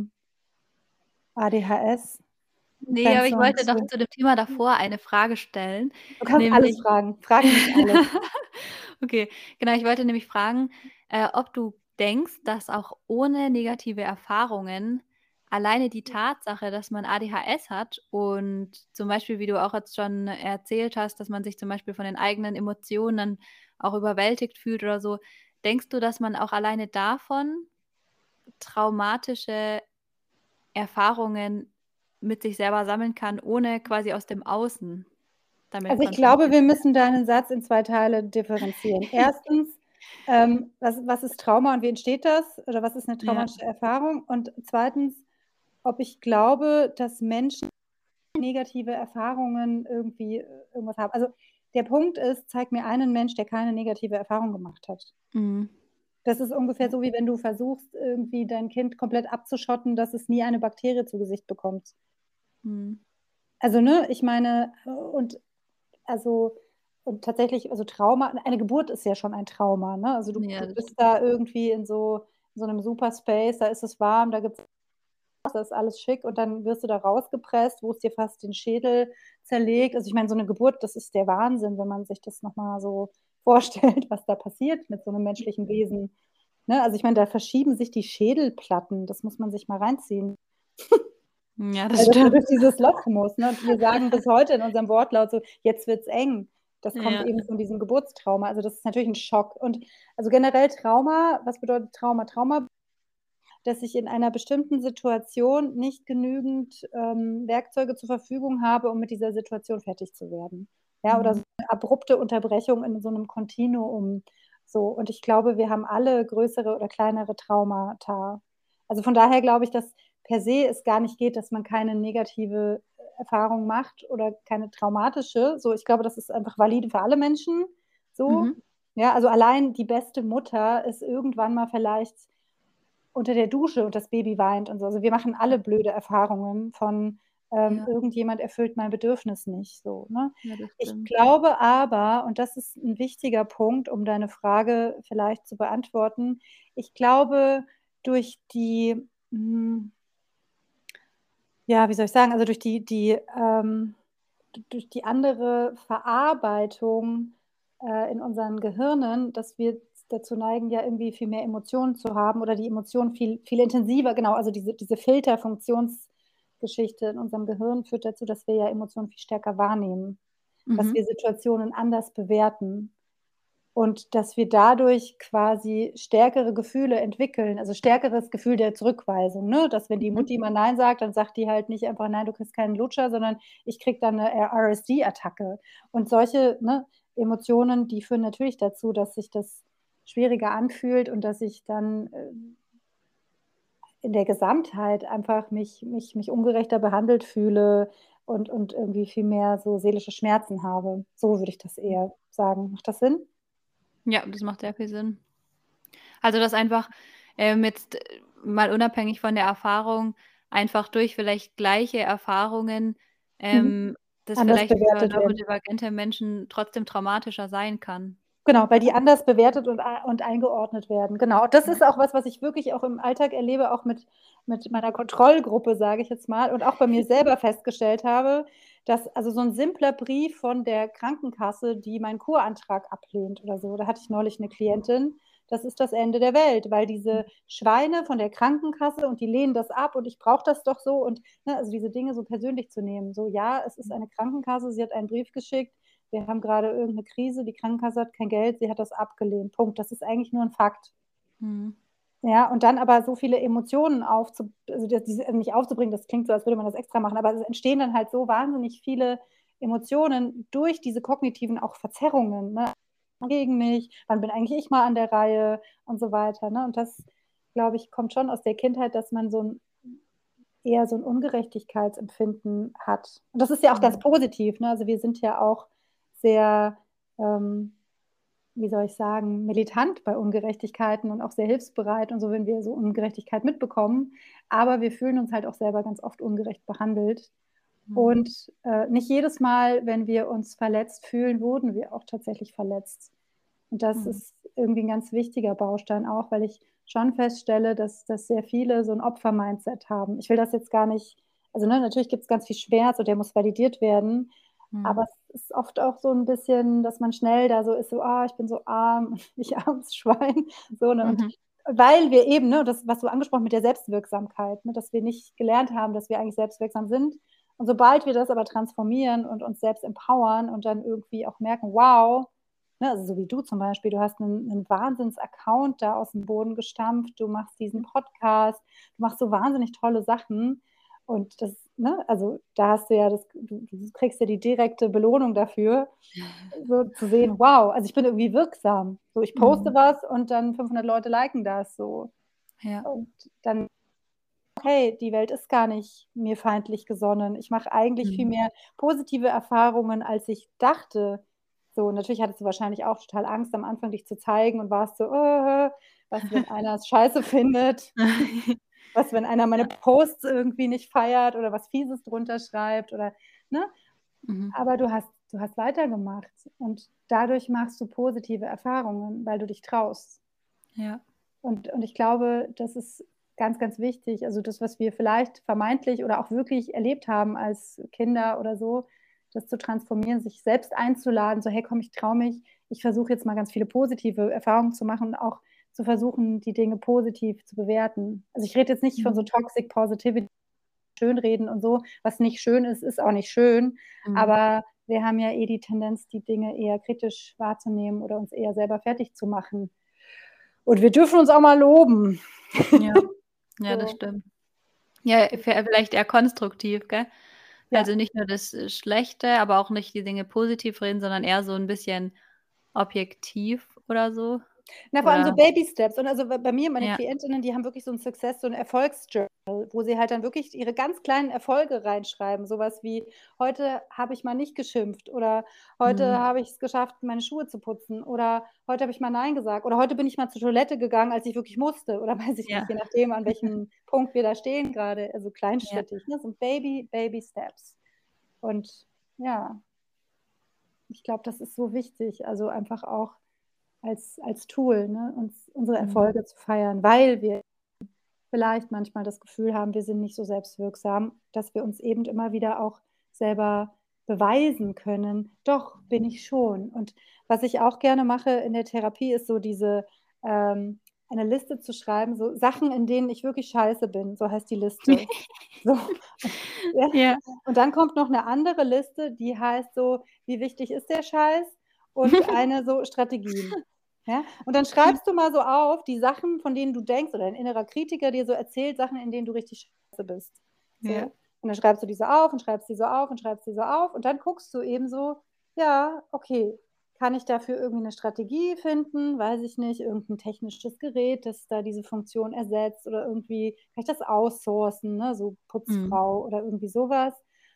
ADHS? ne, aber Grenzt ich du wollte uns noch so, zu dem Thema davor eine Frage stellen, du kannst alles nämlich fragen. Frag mich alles. okay, genau, ich wollte nämlich fragen, ob du denkst, dass auch ohne negative Erfahrungen alleine die Tatsache, dass man ADHS hat und zum Beispiel, wie du auch jetzt schon erzählt hast, dass man sich zum Beispiel von den eigenen Emotionen auch überwältigt fühlt oder so, denkst du, dass man auch alleine davon traumatische Erfahrungen mit sich selber sammeln kann, ohne quasi aus dem Außen damit Also, ich glaube, konfrontiert wir zu müssen deinen Satz in 2 Teile differenzieren. Erstens, was ist Trauma und wie entsteht das? Oder was ist 'ne werden. traumatische Erfahrung? Und zweitens, ob ich glaube, dass Menschen negative Erfahrungen irgendwie, irgendwas haben. Also, der Punkt ist, zeig mir einen Mensch, der keine negative Erfahrung gemacht hat. Ja. Mhm. Das ist ungefähr Ja. so, wie wenn du versuchst, irgendwie dein Kind komplett abzuschotten, dass es nie eine Bakterie zu Gesicht bekommt. Mhm. Also, ne, ich meine, und also, und tatsächlich, also, Trauma, eine Geburt ist ja schon ein Trauma, ne? Also, du Ja, das bist stimmt. da irgendwie in so 'nem Superspace, da ist es warm, da gibt's, da ist alles schick und dann wirst du da rausgepresst, wo es dir fast den Schädel zerlegt. Also, ich meine, so 'ne Geburt, das ist der Wahnsinn, wenn man sich das noch mal so vorstellt, was da passiert mit so 'nem menschlichen Wesen, ne? Also, ich meine, da verschieben sich die Schädelplatten, das muss man sich mal reinziehen, Ja, das weil das ja stimmt. durch dieses Loch muss, ne? Und wir sagen bis heute in unserem Wortlaut so: „Jetzt wird's eng." Das kommt Ja. eben von diesem Geburtstrauma. Also, das ist natürlich 'n Schock. Und also, generell Trauma, was bedeutet Trauma? Trauma, dass ich in einer bestimmten Situation nicht genügend, Werkzeuge zur Verfügung habe, um mit dieser Situation fertig zu werden. Ja, oder Mhm. so 'ne abrupte Unterbrechung in so 'nem Kontinuum, so. Und ich glaube, wir haben alle größere oder kleinere Traumata. Also, von daher glaube ich, dass per se es gar nicht geht, dass man keine negative Erfahrung macht oder keine traumatische. So, ich glaube, das ist einfach valide für alle Menschen so. Mhm. Ja, also, allein die beste Mutter ist irgendwann mal vielleicht unter der Dusche und das Baby weint und so. Also, wir machen alle blöde Erfahrungen von, Ja, irgendjemand erfüllt mein Bedürfnis nicht so, ne? ja, das Ich stimmt. glaube aber, und das ist 'n wichtiger Punkt, um deine Frage vielleicht zu beantworten, ich glaube, durch die, ja, wie soll ich sagen, also, durch die andere Verarbeitung, in unseren Gehirnen, dass wir dazu neigen, ja irgendwie viel mehr Emotionen zu haben oder die Emotionen viel intensiver, genau, also diese Filterfunktionsgeschichte in unserem Gehirn führt dazu, dass wir ja Emotionen viel stärker wahrnehmen, dass Mhm. wir Situationen anders bewerten. und dass wir dadurch quasi stärkere Gefühle entwickeln, also stärkeres Gefühl der Zurückweisung, ne? Dass wenn die Mhm. Mutti mal nein sagt, dann sagt die halt nicht einfach: „Nein, du kriegst keinen Lutscher“, sondern ich kriege dann 'ne RSD-Attacke. Und solche, ne, Emotionen, die führen natürlich dazu, dass sich das schwieriger anfühlt und dass ich dann, in der Gesamtheit einfach mich ungerechter behandelt fühle und irgendwie viel mehr so seelische Schmerzen habe. So würde ich das eher sagen. Macht das Sinn? Ja, das macht sehr viel Sinn. Also, dass einfach, jetzt, mal unabhängig von der Erfahrung, einfach durch vielleicht gleiche Erfahrungen, Mhm. ähm, das Anders vielleicht für bewertet werden. neurodivergente Menschen trotzdem traumatischer sein kann, Genau, weil oder? die anders bewertet und eingeordnet werden. Genau. Das Ja. ist auch was, was ich wirklich auch im Alltag erlebe, auch mit meiner Kontrollgruppe, sage ich jetzt mal, und auch bei mir selber festgestellt habe, dass also so 'n simpler Brief von der Krankenkasse, die meinen Kurantrag ablehnt oder so. Da hatte ich neulich 'ne Klientin, das ist das Ende der Welt, weil diese Schweine von der Krankenkasse und die lehnen das ab und ich brauche das doch so und, ne, also diese Dinge so persönlich zu nehmen. So, ja, es ist eine Krankenkasse, sie hat einen Brief geschickt, wir haben gerade irgendeine Krise, die Krankenkasse hat kein Geld, sie hat das abgelehnt. Punkt. Das ist eigentlich nur 'n Fakt. Mhm. Ja, und dann aber so viele Emotionen also, diese nicht aufzubringen, das klingt so, als würde man das extra machen, aber es entstehen dann halt so wahnsinnig viele Emotionen durch diese kognitiven auch Verzerrungen, ne? Gegen mich, wann bin eigentlich ich mal an der Reihe und so weiter, ne? Und das, glaube ich, kommt schon aus der Kindheit, dass man so 'n eher so 'n Ungerechtigkeitsempfinden hat. Und das ist ja auch ganz Mhm. positiv, ne? Also, wir sind ja auch sehr, ähm, wie soll ich sagen, militant bei Ungerechtigkeiten und auch sehr hilfsbereit und so, wenn wir so Ungerechtigkeit mitbekommen. Aber wir fühlen uns halt auch selber ganz oft ungerecht behandelt. Mhm. Und, nicht jedes Mal, wenn wir uns verletzt fühlen, wurden wir auch tatsächlich verletzt. Und das Mhm. ist irgendwie 'n ganz wichtiger Baustein auch, weil ich schon feststelle, dass sehr viele so 'n Opfer-Mindset haben. Ich will das jetzt gar nicht, also, ne, natürlich gibt's ganz viel Schmerz und der muss validiert werden, Mhm. aber es ist oft auch so 'n bisschen, dass man schnell da so ist, so: „Ah, ich bin so arm, ich armes Schwein“, so, ne? Und Mhm. weil wir eben, ne, das, was du angesprochen mit der Selbstwirksamkeit, ne, dass wir nicht gelernt haben, dass wir eigentlich selbstwirksam sind. Und sobald wir das aber transformieren und uns selbst empowern und dann irgendwie auch merken: „Wow“, ne, also so wie du zum Beispiel, du hast 'nen Wahnsinns-Account da aus'm Boden gestampft, du machst diesen Podcast, du machst so wahnsinnig tolle Sachen und das, ne, also da hast du ja du kriegst ja die direkte Belohnung dafür, so zu sehen: „Wow, also ich bin irgendwie wirksam.“ So, ich poste Mhm. was und dann 500 Leute liken das so. Ja. Und dann: „Hey, die Welt ist gar nicht mir feindlich gesonnen. Ich mache eigentlich viel Mhm. mehr positive Erfahrungen, als ich dachte.“ So, natürlich hattest du wahrscheinlich auch total Angst am Anfang, dich zu zeigen und warst so: was, wenn einer es scheiße findet? Was, wenn einer meine Ja. Posts irgendwie nicht feiert oder was Fieses drunter schreibt oder, ne? Mhm. Aber du hast weitergemacht und dadurch machst du positive Erfahrungen, weil du dich traust. Ja. Und ich glaube, das ist ganz, ganz wichtig. Also, das, was wir vielleicht vermeintlich oder auch wirklich erlebt haben als Kinder oder so, das zu transformieren, sich selbst einzuladen, so: „Hey, komm, ich traue mich. Ich versuche jetzt mal ganz viele positive Erfahrungen zu machen und auch zu versuchen, die Dinge positiv zu bewerten.“ Also, ich rede jetzt nicht von so Mhm. Toxic Positivity, Schönreden und so. Was nicht schön ist, ist auch nicht schön. Mhm. Aber wir haben ja eh die Tendenz, die Dinge eher kritisch wahrzunehmen oder uns eher selber fertig zu machen. Und wir dürfen uns auch mal loben. Ja. Ja, das So, stimmt. Ja, vielleicht eher konstruktiv, gell? ja. Also, nicht nur das, Schlechte, aber auch nicht die Dinge positiv reden, sondern eher so 'n bisschen objektiv oder so? Na, vor allem so Oder Baby Steps und also bei mir, meine ja. Klientinnen, die haben wirklich so 'n Success, so 'n Erfolgsjournal, wo sie halt dann wirklich ihre ganz kleinen Erfolge reinschreiben, so was wie: „Heute habe ich mal nicht geschimpft“ oder „Heute Mhm. habe ich's geschafft, meine Schuhe zu putzen“ oder „Heute habe ich mal nein gesagt“ oder „Heute bin ich mal zur Toilette gegangen, als ich wirklich musste“ oder weiß ich nicht, Ja. je nachdem, an welchem Punkt wir da stehen grade, also Ja. kleinschrittig, ne, so Baby Steps. Und ja, ich glaube, das ist so wichtig, also einfach auch als Tool, ne, unsere Mhm. Erfolge zu feiern, weil wir vielleicht manchmal das Gefühl haben, wir sind nicht so selbstwirksam, dass wir uns eben immer wieder auch selber beweisen können: „Doch, bin ich schon.“ Und was ich auch gerne mache in der Therapie, ist so diese ähm, eine Liste zu schreiben, so Sachen, in denen ich wirklich scheiße bin, so heißt die Liste. So, ja. Ja. Und dann kommt noch 'ne andere Liste, die heißt so: „Wie wichtig ist der Scheiß?“ und eine so Strategien. Ja? Und dann schreibst du mal so auf die Sachen, von denen du denkst, oder dein innerer Kritiker dir so erzählt Sachen, in denen du richtig scheiße bist. Ja. So. Und dann schreibst du die so auf und schreibst die so auf und schreibst die so auf und dann guckst du eben so, ja, okay, kann ich dafür irgendwie eine Strategie finden? Weiß ich nicht, irgendein technisches Gerät, das da diese Funktion ersetzt oder irgendwie kann ich das outsourcen, ne? So Mhm. Putzfrau oder irgendwie sowas.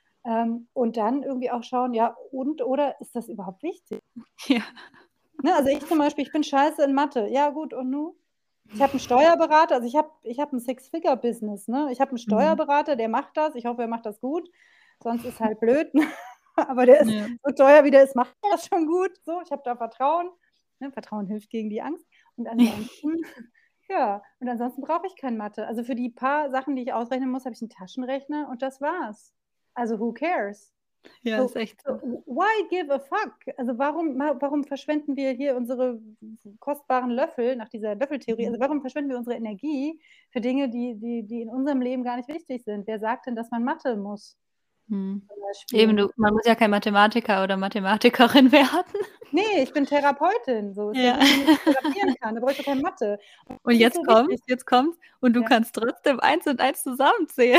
Und dann irgendwie auch schauen, ja, und oder ist das überhaupt wichtig? Ja. Ne? Also ich zum Beispiel, ich bin scheiße in Mathe. Ja, gut, und nu? Ich habe einen Steuerberater, also ich habe ein Six-Figure-Business. Ne? Ich habe einen Mhm. Steuerberater, der macht das. Ich hoffe, er macht das gut. Sonst ist halt blöd. Ne? Aber der ist Ja. so teuer, wie der ist, macht er das schon gut. So, ich habe da Vertrauen. Ne? Vertrauen hilft gegen die Angst. Und ansonsten, ja, und ansonsten brauche ich kein Mathe. Also für die paar Sachen, die ich ausrechnen muss, habe ich einen Taschenrechner und das war's. Also who cares? Ja, ist So, echt so. why give a fuck? Also warum verschwenden wir hier unsere kostbaren Löffel nach dieser Löffeltheorie? Mhm. Also warum verschwenden wir unsere Energie für Dinge, die in unserem Leben gar nicht wichtig sind? Wer sagt denn, dass man Mathe muss, Mhm. zum Eben, Beispiel? man muss ja kein Mathematiker oder Mathematikerin werden. Nee, ich bin Therapeutin. So ist ja Ja. so, wie ich therapieren kann. Da brauche ich doch keine Mathe. Und Und das ist so wichtig. jetzt kommt's und du Ja, kannst trotzdem 1 und 1 zusammenzählen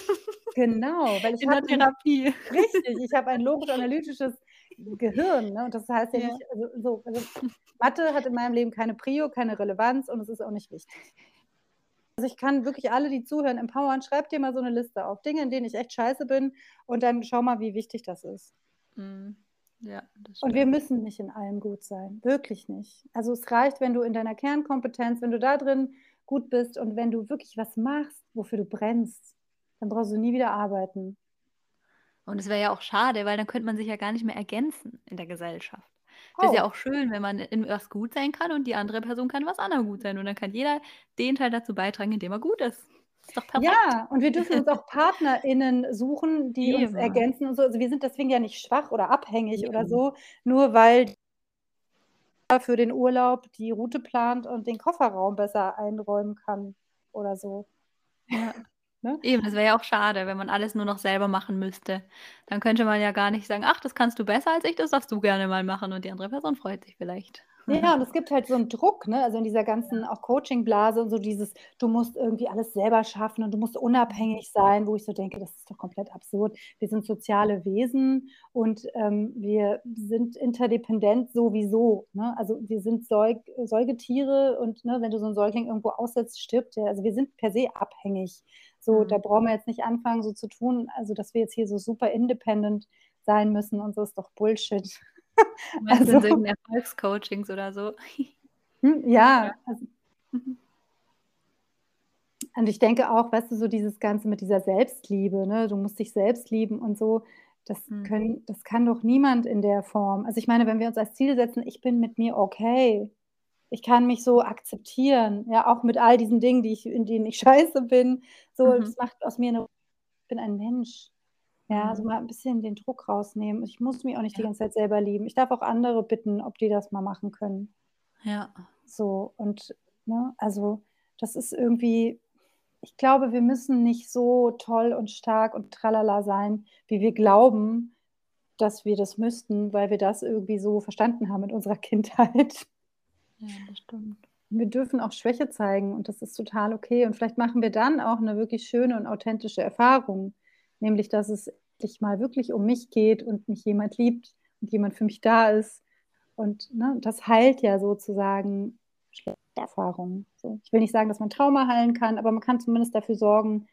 genau, weil ich in der habe ein Therapie. richtig, ich habe ein logisch-analytisches Gehirn, ne? Und das heißt ja Ja. nicht, also Mathe hat in meinem Leben keine Prio, keine Relevanz und es ist auch nicht wichtig. Also ich kann wirklich alle, die zuhören, empowern. Schreib dir mal so eine Liste auf. Dinge, in denen ich echt scheiße bin und dann schau mal, wie wichtig das ist. Mhm. Ja, das Und wir stimmt. müssen nicht in allem gut sein. Wirklich nicht. Also es reicht, wenn du in deiner Kernkompetenz, wenn du da drin gut bist und wenn du wirklich was machst, wofür du brennst, dann brauchst du nie wieder arbeiten. Und es wäre ja auch schade, weil dann könnte man sich ja gar nicht mehr ergänzen in der Gesellschaft. Das ist ja Auch. auch schön, wenn man in was gut sein kann und die andere Person kann in was anderem gut sein und dann kann jeder den Teil dazu beitragen, in dem er gut ist. Ist doch perfekt. Ja, und wir dürfen uns auch PartnerInnen suchen, die uns Eben, ergänzen und so. Also wir sind deswegen ja nicht schwach oder abhängig oder eben. so, nur weil für den Urlaub die Route plant und den Kofferraum besser einräumen kann oder so, Ja. ne? Eben, das wäre ja auch schade, wenn man alles nur noch selber machen müsste. Dann könnte man ja gar nicht sagen: „Ach, das kannst du besser als ich, das darfst du gerne mal machen.“ Und die andere Person freut sich vielleicht. Ja, und es gibt halt so 'n Druck, ne, also in dieser ganzen auch Coaching-Blase und so dieses: „Du musst irgendwie alles selber schaffen und du musst Mhm. unabhängig sein", wo ich so denke: „Das ist doch komplett absurd." Wir sind soziale Wesen und, wir sind interdependent sowieso, ne? Also, wir sind Säugetiere und, ne, wenn du so 'n Säugling irgendwo aussetzt, stirbt der. Also, wir sind per se abhängig. So, da Mhm. brauchen wir jetzt nicht anfangen, so zu tun, also, dass wir jetzt hier so super independent sein müssen und so, ist doch Bullshit. Meinst du Also in solchen Erfolgscoachings oder so? Ja. Ja, also Mhm. und ich denke auch, weißt du, so dieses Ganze mit dieser Selbstliebe, ne? Du musst dich selbst lieben und so, Mhm. das kann doch niemand in der Form. Also, ich meine, wenn wir uns als Ziel setzen: „Ich bin mit mir okay. Ich kann mich so akzeptieren", ja, auch mit all diesen Dingen, in denen ich scheiße bin. So, Mhm. das macht aus mir 'ne ich bin ein Mensch. Ja, so Mhm. mal 'n bisschen den Druck rausnehmen. Ich muss mich auch nicht die Ja, ganze Zeit selber lieben. Ich darf auch andere bitten, ob die das mal machen können. ja. So und ne, also, das ist irgendwie ich glaube, wir müssen nicht so toll und stark und tralala sein, wie wir glauben, dass wir das müssten, weil wir das irgendwie so verstanden haben in unserer Kindheit. Ja, das stimmt. Wir dürfen auch Schwäche zeigen und das ist total okay. Und vielleicht machen wir dann auch 'ne wirklich schöne und authentische Erfahrung, nämlich, dass es endlich mal wirklich um mich geht und mich jemand liebt und jemand für mich da ist. Und, ne, das heilt ja sozusagen schlechte Erfahrungen, so. Ich will nicht sagen, dass man Trauma heilen kann, aber man kann zumindest dafür sorgen,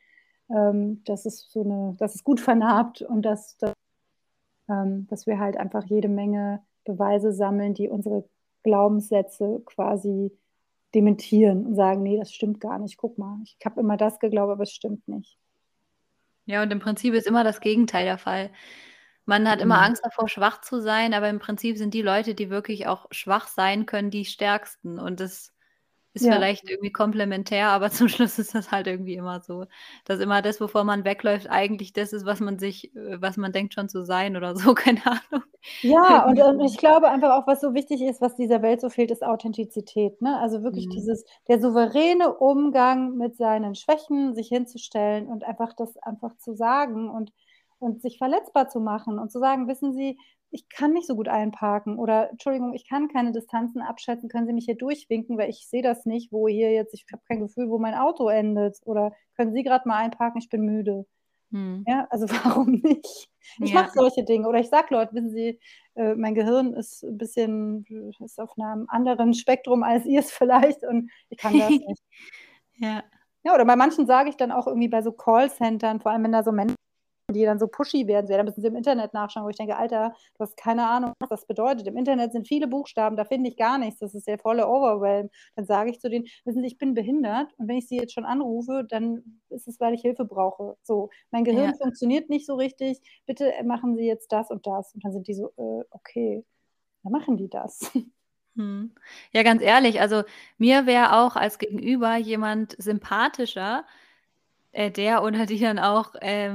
dass es gut vernarbt und dass wir halt einfach jede Menge Beweise sammeln, die unsere Glaubenssätze quasi dementieren und sagen: „Ne, das stimmt gar nicht. Guck mal, ich habe immer das geglaubt, aber es stimmt nicht." Ja, und im Prinzip ist immer das Gegenteil der Fall. Man hat immer Mhm. Angst davor, schwach zu sein, aber im Prinzip sind die Leute, die wirklich auch schwach sein können, die stärksten. Und das ist Ja. vielleicht irgendwie komplementär, aber zum Schluss ist das halt irgendwie immer so, dass immer das, wovor man wegläuft, eigentlich das ist, was man denkt schon zu sein oder so, keine Ahnung. Ja, und, Irgendwie ich so. glaube einfach auch, was so wichtig ist, was dieser Welt so fehlt, ist Authentizität, ne? Also wirklich Mhm. der souveräne Umgang mit seinen Schwächen, sich hinzustellen und einfach das einfach zu sagen und sich verletzbar zu machen und zu sagen: „Wissen Sie, ich kann nicht so gut einparken“ oder „Entschuldigung, ich kann keine Distanzen abschätzen. Können Sie mich hier durchwinken, weil ich sehe das nicht, wo hier jetzt ich habe kein Gefühl, wo mein Auto endet. Oder können Sie grad mal einparken? Ich bin müde.“ Mhm. Ja, also warum nicht? Ich mache Ja. solche Dinge oder ich sage Leuten: „Wissen Sie, mein Gehirn ist 'n bisschen ist auf 'nem anderen Spektrum als Ihrs vielleicht und ich kann das nicht.“ Ja. Ja, oder bei manchen sage ich dann auch irgendwie bei so Callcentern, vor allem wenn da so Menschen, die dann so pushy werden, so: „Ja, da müssen Sie im Internet nachschauen“, wo ich denke: „Alter, du hast keine Ahnung, was das bedeutet. Im Internet sind viele Buchstaben, da finde ich gar nichts. Das ist der volle Overwhelm.“ Dann sage ich zu denen: „Wissen Sie, ich bin behindert und wenn ich Sie jetzt schon anrufe, dann ist es, weil ich Hilfe brauche. So, mein Gehirn Ja. funktioniert nicht so richtig. Bitte, machen Sie jetzt das und das.“ Und dann sind die so: okay.“ Dann machen die das. Mhm. Ja, ganz ehrlich, also, mir wäre auch als Gegenüber jemand sympathischer, der oder die dann auch,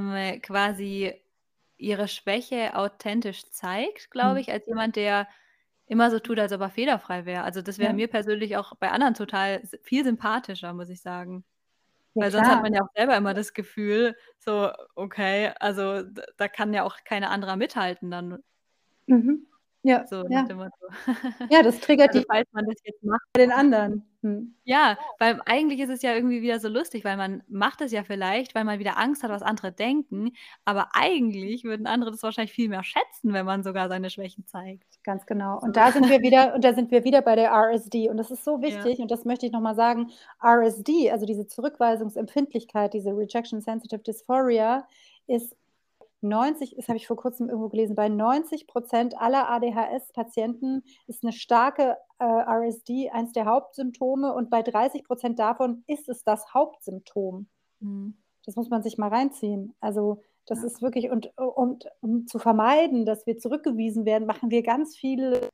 quasi ihre Schwäche authentisch zeigt, glaube Mhm. ich, als jemand, der immer so tut, als ob er fehlerfrei wäre. Also, das wäre Ja. mir persönlich auch bei anderen total viel sympathischer, muss ich sagen. Ja Weil sonst hat klar. man ja auch selber immer das Gefühl, so: „Okay, also, da kann ja auch kein anderer mithalten dann“, Mhm. Ja, so nach ja. dem Motto. Ja, das triggert Also, die falls man das jetzt macht. bei den anderen. Mhm. Ja, weil eigentlich ist es ja irgendwie wieder so lustig, weil man macht es ja vielleicht, weil man wieder Angst hat, was andere denken, aber eigentlich würden andere das wahrscheinlich viel mehr schätzen, wenn man sogar seine Schwächen zeigt. Ganz genau. So. Und da sind wir wieder bei der RSD und das ist so Ja. wichtig und das möchte ich noch mal sagen. RSD, also diese Zurückweisungsempfindlichkeit, diese Rejection Sensitive Dysphoria ist 90 das habe ich vor Kurzem irgendwo gelesen, bei 90% aller ADHS-Patienten ist 'ne starke, RSD eins der Hauptsymptome und bei 30% davon ist es das Hauptsymptom. Mhm. Das muss man sich mal reinziehen. Also, das Ja. ist wirklich und um zu vermeiden, dass wir zurückgewiesen werden, machen wir ganz viel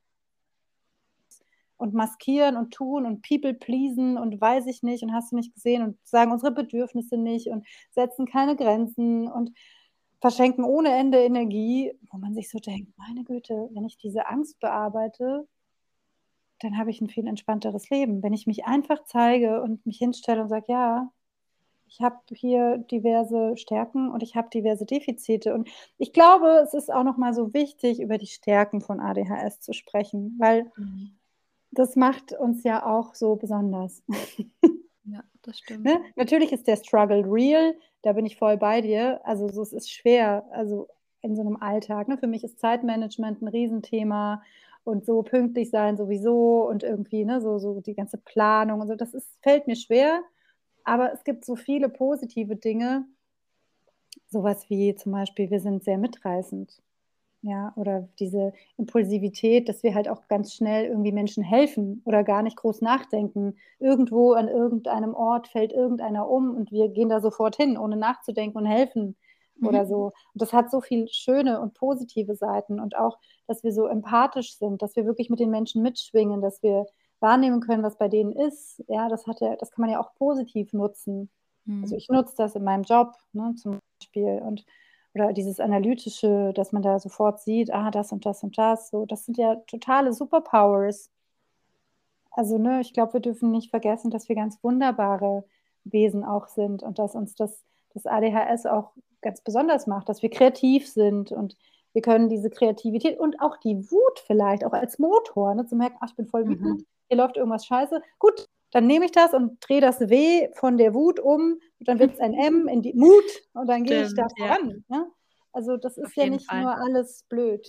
und maskieren und tun und people pleasen und weiß ich nicht und hast du nicht gesehen und sagen unsere Bedürfnisse nicht und setzen keine Grenzen und verschenken ohne Ende Energie, wo man sich so denkt: „Meine Güte, wenn ich diese Angst bearbeite, dann habe ich 'n viel entspannteres Leben.“ Wenn ich mich einfach zeige und mich hinstelle und sage: „Ja, ich habe hier diverse Stärken und ich habe diverse Defizite.“ Und ich glaube, es ist auch noch mal so wichtig, über die Stärken von ADHS zu sprechen, weil Mhm. das macht uns ja auch so besonders. Ja, das stimmt. Ne? Natürlich ist der Struggle real, da bin ich voll bei dir. Also, so es ist schwer, also, in so 'nem Alltag, ne? Für mich ist Zeitmanagement 'n Riesenthema und so pünktlich sein sowieso und irgendwie, ne, so die ganze Planung und so, das ist fällt mir schwer, aber es gibt so viele positive Dinge, so was wie zum Beispiel, wir sind sehr mitreißend. Ja, oder diese Impulsivität, dass wir halt auch ganz schnell irgendwie Menschen helfen oder gar nicht groß nachdenken. Irgendwo an irgendeinem Ort fällt irgendeiner um und wir gehen da sofort hin, ohne nachzudenken und helfen oder Mhm. so. Und das hat so viel schöne und positive Seiten und auch, dass wir so empathisch sind, dass wir wirklich mit den Menschen mitschwingen, dass wir wahrnehmen können, was bei denen ist. Ja, das kann man ja auch positiv nutzen. Also, Mhm. ich nutze das in meinem Job, ne, zum Beispiel und oder dieses Analytische, dass man da sofort sieht: „Ah, das und das und das“, so. Das sind ja totale Superpowers. Also, ne, ich glaube, wir dürfen nicht vergessen, dass wir ganz wunderbare Wesen auch sind und dass uns das ADHS auch ganz besonders macht, dass wir kreativ sind und wir können diese Kreativität und auch die Wut vielleicht auch als Motor, ne, zu merken: „Ach, ich bin voll wütend, Mhm. hier läuft irgendwas scheiße. Gut, dann nehme ich das und drehe das W von der Wut um und dann wird's ein M in die Mut und dann gehe ich da Stimmt, ja, voran“, ne? Also, das auf ist ja jeden nicht Fall. nur alles blöd.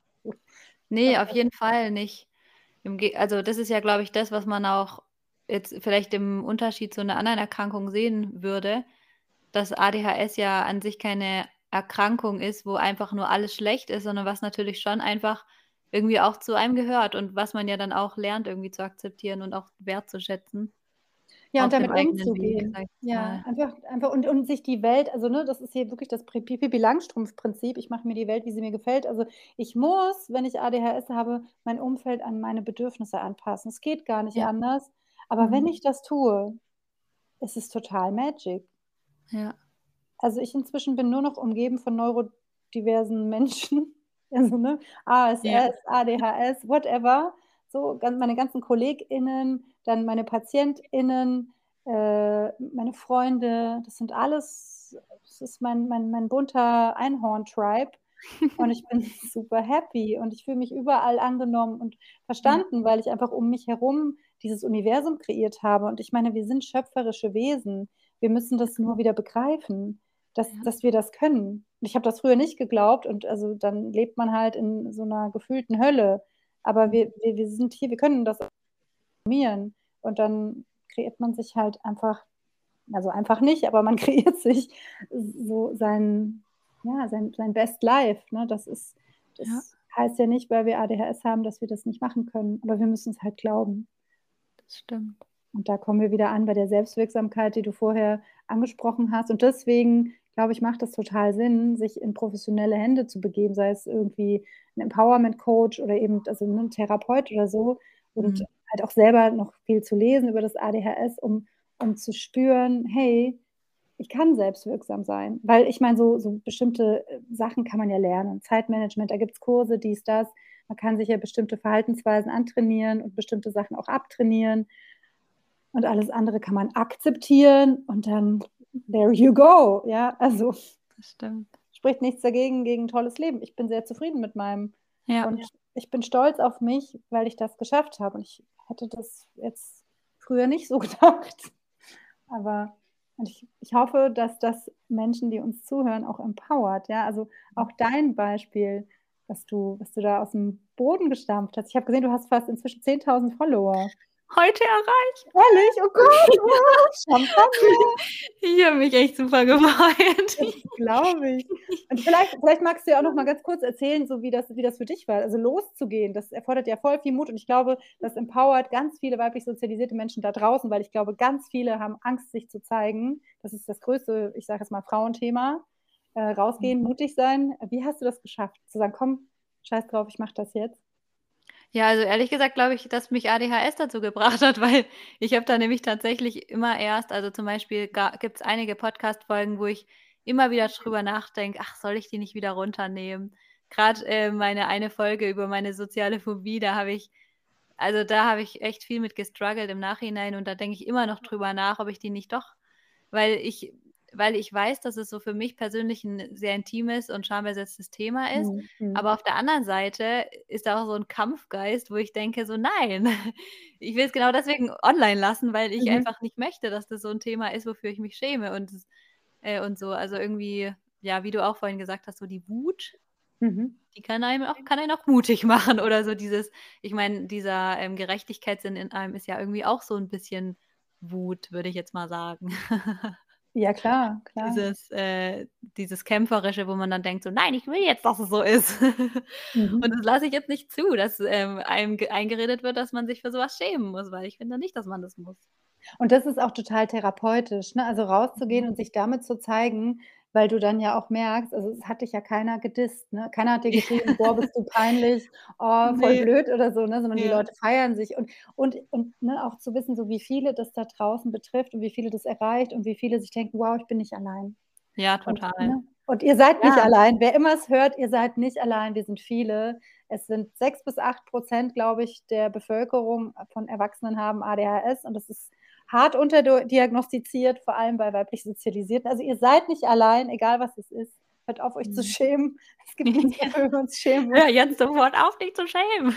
Ne, auf jeden Fall nicht. Also, das ist ja, glaube ich, das, was man auch jetzt vielleicht im Unterschied zu 'ner anderen Erkrankung sehen würde, dass ADHS ja an sich keine Erkrankung ist, wo einfach nur alles schlecht ist, sondern was natürlich schon einfach irgendwie auch zu einem gehört und was man ja dann auch lernt, irgendwie zu akzeptieren und auch wertzuschätzen Ja, und auf dem damit eigenen Weg, umzugehen. sage ich jetzt Ja, mal. einfach und sich die Welt also, ne, das ist hier wirklich das Pippi-Langstrumpf-Prinzip. Ich mache mir die Welt, wie sie mir gefällt. Also, ich muss, wenn ich ADHS habe, mein Umfeld an meine Bedürfnisse anpassen. Es geht gar nicht Ja, anders. Aber wenn mhm, ich das tue, ist es total Magic. ja, Also, ich inzwischen bin nur noch umgeben von neurodiversen Menschen, also, ne, ja, ASS, ADHS, whatever, so meine ganzen KollegInnen, dann meine PatientInnen, meine Freunde, das sind alles das ist mein bunter Einhorn-Tribe und ich bin super happy und ich fühle mich überall angenommen und Ja, verstanden, weil ich einfach um mich herum dieses Universum kreiert habe. Und ich meine, wir sind schöpferische Wesen. Wir müssen das nur wieder begreifen, dass ja, dass wir das können. Und ich habe das früher nicht geglaubt und also dann lebt man halt in so einer gefühlten Hölle. Aber mhm, wir sind hier, wir können das transformieren und dann kreiert man sich halt einfach, also einfach nicht, aber man kreiert sich so sein Best Life. Ne? ja, Das heißt ja nicht, weil wir ADHS haben, dass wir das nicht machen können, aber wir müssen es halt glauben. das stimmt. Und da kommen wir wieder an bei der Selbstwirksamkeit, die du vorher angesprochen hast. Und deswegen, glaube ich, macht es total Sinn, sich in professionelle Hände zu begeben, sei es irgendwie ein Empowerment-Coach oder eben also ein Therapeut oder so. Und Mhm. halt auch selber noch viel zu lesen über das ADHS, um zu spüren, hey, ich kann selbstwirksam sein. Weil ich meine, so bestimmte Sachen kann man ja lernen. Zeitmanagement, da gibt es Kurse, dies, das. Man kann sich ja bestimmte Verhaltensweisen antrainieren und bestimmte Sachen auch abtrainieren. Und alles andere kann man akzeptieren und dann there you go. Ja, also Das stimmt. spricht nichts dagegen, gegen ein tolles Leben. Ich bin sehr zufrieden mit meinem Ja, und ich bin stolz auf mich, weil ich das geschafft habe. Und ich hätte das jetzt früher nicht so gedacht. Aber und ich hoffe, dass das Menschen, die uns zuhören, auch empowert. Ja, also auch dein Beispiel, was du da aus dem Boden gestampft hast. Ich habe gesehen, du hast fast inzwischen 10.000 Follower. heute erreicht. Ehrlich? Oh Gott, wow, Champagner. Ich habe mich echt super gefreut. Das glaube ich. Und vielleicht magst du ja auch noch mal ganz kurz erzählen, so wie das für dich war. Also loszugehen, das erfordert ja voll viel Mut. Und ich glaube, das empowert ganz viele weiblich sozialisierte Menschen da draußen, weil ich glaube, ganz viele haben Angst, sich zu zeigen. Das ist das größte, ich sage jetzt mal, Frauenthema. Rausgehen, mutig sein. Wie hast du das geschafft? Zu sagen, komm, scheiß drauf, ich mache das jetzt. Ja, also ehrlich gesagt glaube ich, dass mich ADHS dazu gebracht hat, weil ich habe da nämlich tatsächlich immer erst also zum Beispiel gibt es einige Podcast-Folgen, wo ich immer wieder drüber nachdenke: „Ach, soll ich die nicht wieder runternehmen?“ Grad, meine eine Folge über meine soziale Phobie, da habe ich echt viel mit gestruggelt im Nachhinein und da denke ich immer noch drüber nach, ob ich die nicht doch weil ich weil ich weiß, dass es so für mich persönlich 'n sehr intimes und schambesetztes Thema ist. Mhm. Mhm. Aber auf der anderen Seite ist da auch so 'n Kampfgeist, wo ich denke so: „Nein, ich will es genau deswegen online lassen, weil ich Mhm. einfach nicht möchte, dass das so 'n Thema ist, wofür ich mich schäme“ und so. Also, irgendwie, ja, wie du auch vorhin gesagt hast, so die Wut, Mhm. die kann einen auch mutig machen oder so dieses ich meine, dieser, Gerechtigkeitssinn in einem ist ja irgendwie auch so 'n bisschen Wut, würde ich jetzt mal sagen. Ja, klar, klar. Dieses Kämpferische, wo man dann denkt so: „Nein, ich will jetzt, dass es so ist.“ Mhm. Und das lasse ich jetzt nicht zu, dass, einem eingeredet wird, dass man sich für so was schämen muss, weil ich finde nicht, dass man das muss. Und das ist auch total therapeutisch, ne? Also, Mhm. rauszugehen und sich damit zu zeigen, weil du dann ja auch merkst also, es hat dich ja keiner gedisst, ne? Keiner hat dir geschrieben: „Boah, bist du peinlich, oh, voll Ne, blöd“ oder so, ne? Sondern die ja. Leute feiern sich und, ne, auch zu wissen, so wie viele das da draußen betrifft und wie viele das erreicht und wie viele sich denken: „Wow, ich bin nicht allein.“ Ja, Und, total. ne? Und ihr seid nicht Ja, allein. Wer immer es hört, ihr seid nicht allein, wir sind viele. Es sind 6 bis 8%, glaube ich, der Bevölkerung von Erwachsenen haben ADHS und das ist hart unterdiagnostiziert, vor allem bei weiblich Sozialisierten. Also, ihr seid nicht allein, egal was es ist. Hört auf, euch zu mhm. schämen. Es gibt nichts, wofür wir uns schämen Hör müssen. jetzt sofort auf, dich zu schämen.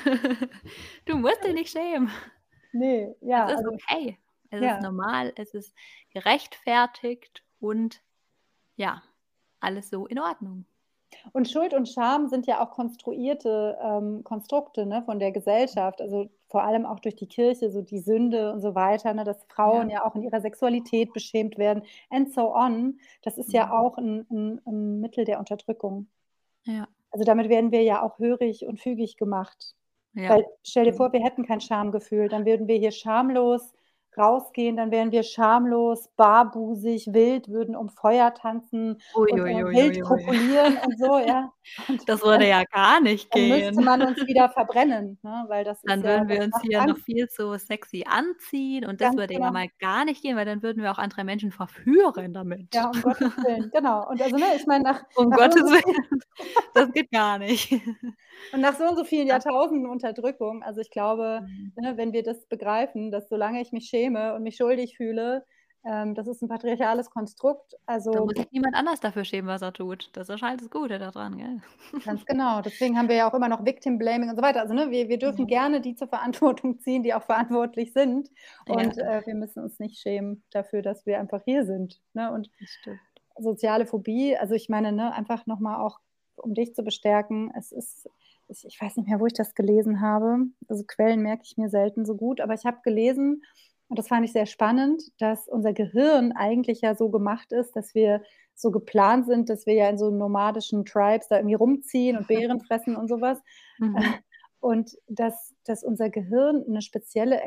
Du musst dich nicht schämen. Ne, Es ja, ist also okay. Es ist ja. normal, es ist gerechtfertigt und ja, alles so in Ordnung. Und Schuld und Scham sind ja auch konstruierte, Konstrukte, ne, von der Gesellschaft, also, vor allem auch durch die Kirche, so die Sünde und so weiter, ne, dass Ja, Frauen ja auch in ihrer Sexualität beschämt werden and so on. Das ist ja mhm. auch 'n Mittel der Unterdrückung. Ja, Also, damit werden wir ja auch hörig und fügig gemacht. ja, Weil stell dir vor, stimmt. wir hätten kein Schamgefühl, dann würden wir hier schamlos rausgehen, dann wären wir schamlos, barbusig, wild, würden um Feuer tanzen Ui, und, ui, ui, wild ui, ui. kopulieren und so, ja. Und Das würde dann ja gar nicht dann müsste gehen. man uns wieder verbrennen, ne, weil das ist Dann ja würden wir das uns macht hier noch Angst, viel zu sexy anziehen und das ganz würde ja genau. mal gar nicht gehen, weil dann würden wir auch andere Menschen verführen damit. Ja, um Gottes Willen, genau. Und also, ne, ich meine, Um nach so und Gottes so viel Willen, das geht gar nicht. und nach so und so vielen Das Jahrtausenden Unterdrückung, also, ich glaube, mhm, ne, wenn wir das begreifen, dass solange ich mich schäme und mich schuldig fühle, Das ist 'n patriarchales Konstrukt. Da Also muss sich niemand anders dafür schämen, was er tut. Das ist halt das Gute da dran, gell? ganz genau. Deswegen haben wir ja auch immer noch Victim Blaming und so weiter. Also, ne, wir dürfen Ja. gerne die zur Verantwortung ziehen, die auch verantwortlich sind. Ja, Und, wir müssen uns nicht schämen dafür, dass wir einfach hier sind, ne? Und das stimmt. soziale Phobie, also, ich meine, ne, einfach noch mal auch, um dich zu bestärken, es ist ich weiß nicht mehr, wo ich das gelesen habe. Also, Quellen merke ich mir selten so gut, aber ich habe gelesen, und das fand ich sehr spannend, dass unser Gehirn eigentlich ja so gemacht ist, dass wir so geplant sind, dass wir ja in so nomadischen Tribes da irgendwie rumziehen und Beeren fressen und so was. Mhm. Und dass unser Gehirn 'ne spezielle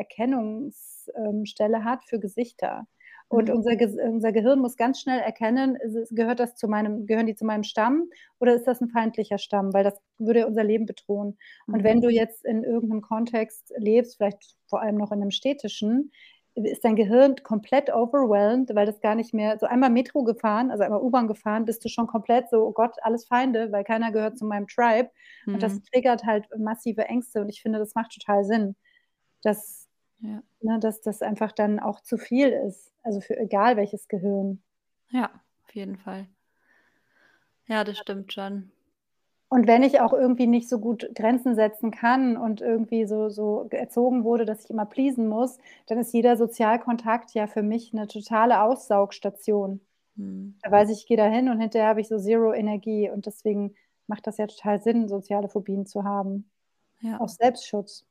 Stelle hat für Gesichter. Und Mhm. unser Gehirn muss ganz schnell erkennen, gehören die zu meinem Stamm oder ist das 'n feindlicher Stamm, weil das würde unser Leben bedrohen. Und Mhm. wenn du jetzt in irgend 'nem Kontext lebst, vielleicht vor allem noch in 'nem städtischen, ist dein Gehirn komplett overwhelmed, weil das gar nicht mehr so einmal Metro gefahren, also einmal U-Bahn gefahren, bist du schon komplett so: „Oh Gott, alles Feinde, weil keiner gehört zu meinem Tribe." Und das Mhm. triggert halt massive Ängste und ich finde, das macht total Sinn, dass Ja. dass das einfach dann auch zu viel ist, also für egal welches Gehirn. Ja, auf jeden Fall. Ja, das stimmt schon. Und wenn ich auch irgendwie nicht so gut Grenzen setzen kann und irgendwie so erzogen wurde, dass ich immer pleasen muss, dann ist jeder Sozialkontakt ja für mich 'ne totale Aussaugstation. Mhm. Da weiß ich, ich gehe da hin und hinterher habe ich so Zero Energie und deswegen macht das ja total Sinn, soziale Phobien zu haben, Ja. aus Selbstschutz.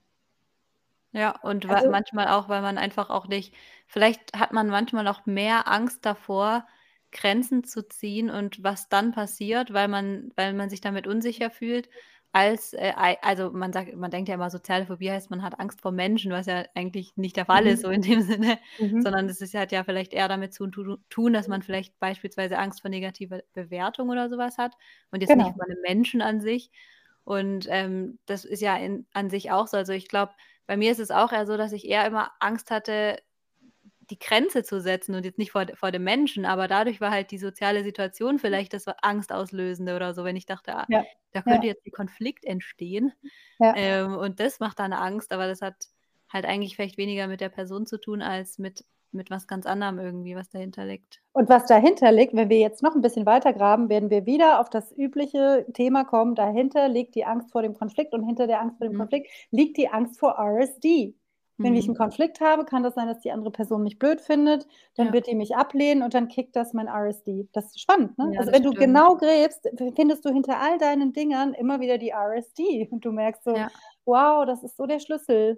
Ja, und wa Also manchmal auch, weil man einfach auch nicht vielleicht hat man manchmal auch mehr Angst davor, Grenzen zu ziehen und was dann passiert, weil man sich damit unsicher fühlt, als, also, man denkt ja immer, soziale Phobie heißt, man hat Angst vor Menschen, was ja eigentlich nicht der Fall ist mhm, so in dem Sinne, mhm, sondern es ist hat ja vielleicht eher damit zu tun, dass man vielleicht beispielsweise Angst vor negativer Bewertung oder so was hat und jetzt nicht genau. vor 'nem Menschen an sich. Und, das ist ja an sich auch so. Also, ich glaube, bei mir ist es auch eher so, dass ich eher immer Angst hatte, die Grenze zu setzen und jetzt nicht vor dem Menschen, aber dadurch war halt die soziale Situation vielleicht das Angstauslösende oder so, wenn ich dachte: „Ah, Ja, da könnte ja, jetzt 'n Konflikt entstehen." ja. Und das macht dann Angst, aber das hat halt eigentlich vielleicht weniger mit der Person zu tun als mit was ganz anderem irgendwie, was dahinter liegt. Und was dahinter liegt, wenn wir jetzt noch 'n bisschen weiter graben, werden wir wieder auf das übliche Thema kommen. Dahinter liegt die Angst vor dem Konflikt und hinter der Angst vor dem Mhm. Konflikt liegt die Angst vor RSD. Wenn ich Mhm. 'n Konflikt habe, kann das sein, dass die andere Person mich blöd findet, dann Ja. wird die mich ablehnen und dann kickt das mein RSD. Das ist spannend, ne? Ja, Also, das wenn du stimmt. genau gräbst, findest du hinter all deinen Dingern immer wieder die RSD und du merkst so: Ja. „Wow, das ist so der Schlüssel."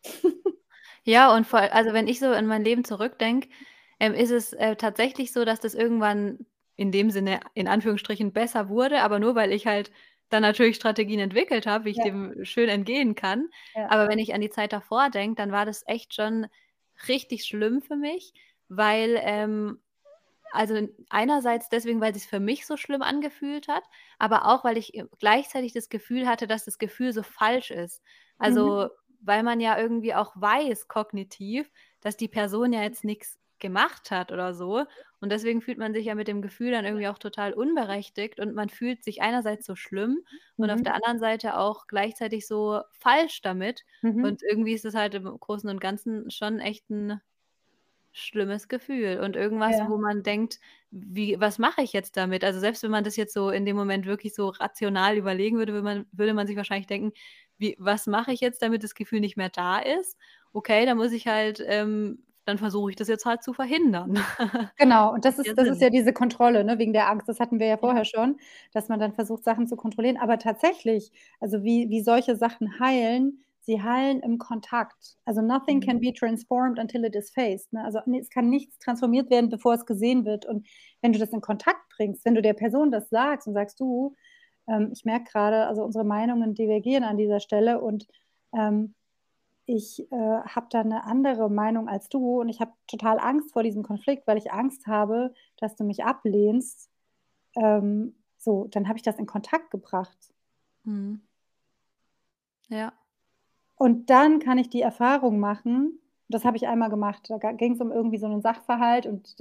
Ja, und also, wenn ich so in mein Leben zurückdenke, ist es, tatsächlich so, dass das irgendwann in dem Sinne in Anführungsstrichen besser wurde, aber nur, weil ich halt dann natürlich Strategien entwickelt habe, wie ich Ja, dem schön entgehen kann. ja. Aber wenn ich an die Zeit davor denke, dann war das echt schon richtig schlimm für mich, weil, also, einerseits deswegen, weil sich's für mich so schlimm angefühlt hat, aber auch, weil ich, gleichzeitig das Gefühl hatte, dass das Gefühl so falsch ist. Mhm, Also, weil man ja irgendwie auch weiß kognitiv, dass die Person ja jetzt nix gemacht hat oder so. Und deswegen fühlt man sich ja mit dem Gefühl dann irgendwie auch total unberechtigt und man fühlt sich einerseits so schlimm und auf mhm, der anderen Seite auch gleichzeitig so falsch damit. mhm. Und irgendwie ist es halt im Großen und Ganzen schon echt 'n schlimmes Gefühl und irgendwas, Ja. wo man denkt: „Wie was mache ich jetzt damit?" Also, selbst wenn man das jetzt so in dem Moment wirklich so rational überlegen würde man sich wahrscheinlich denken: „Wie was mache ich jetzt, damit das Gefühl nicht mehr da ist? Okay, dann muss ich halt dann versuche ich das jetzt halt zu verhindern." Genau, und Macht ja das ist Sinn. ja diese Kontrolle, ne, wegen der Angst. Das hatten wir ja Ja. vorher schon, dass man dann versucht, Sachen zu kontrollieren. Aber tatsächlich, also wie solche Sachen heilen, sie heilen im Kontakt. Also nothing Mhm. can be transformed until it is faced, ne? Also, es kann nichts transformiert werden, bevor es gesehen wird. Und wenn du das in Kontakt bringst, wenn du der Person das sagst und sagst: „Du, ich merke grade, also unsere Meinungen divergieren an dieser Stelle und, ähm, ich, habe da 'ne andere Meinung als du und ich habe total Angst vor diesem Konflikt, weil ich Angst habe, dass du mich ablehnst." So, dann habe ich das in Kontakt gebracht. Mhm. Ja. Und dann kann ich die Erfahrung machen, das habe ich einmal gemacht, da ging's um irgendwie so 'nen Sachverhalt und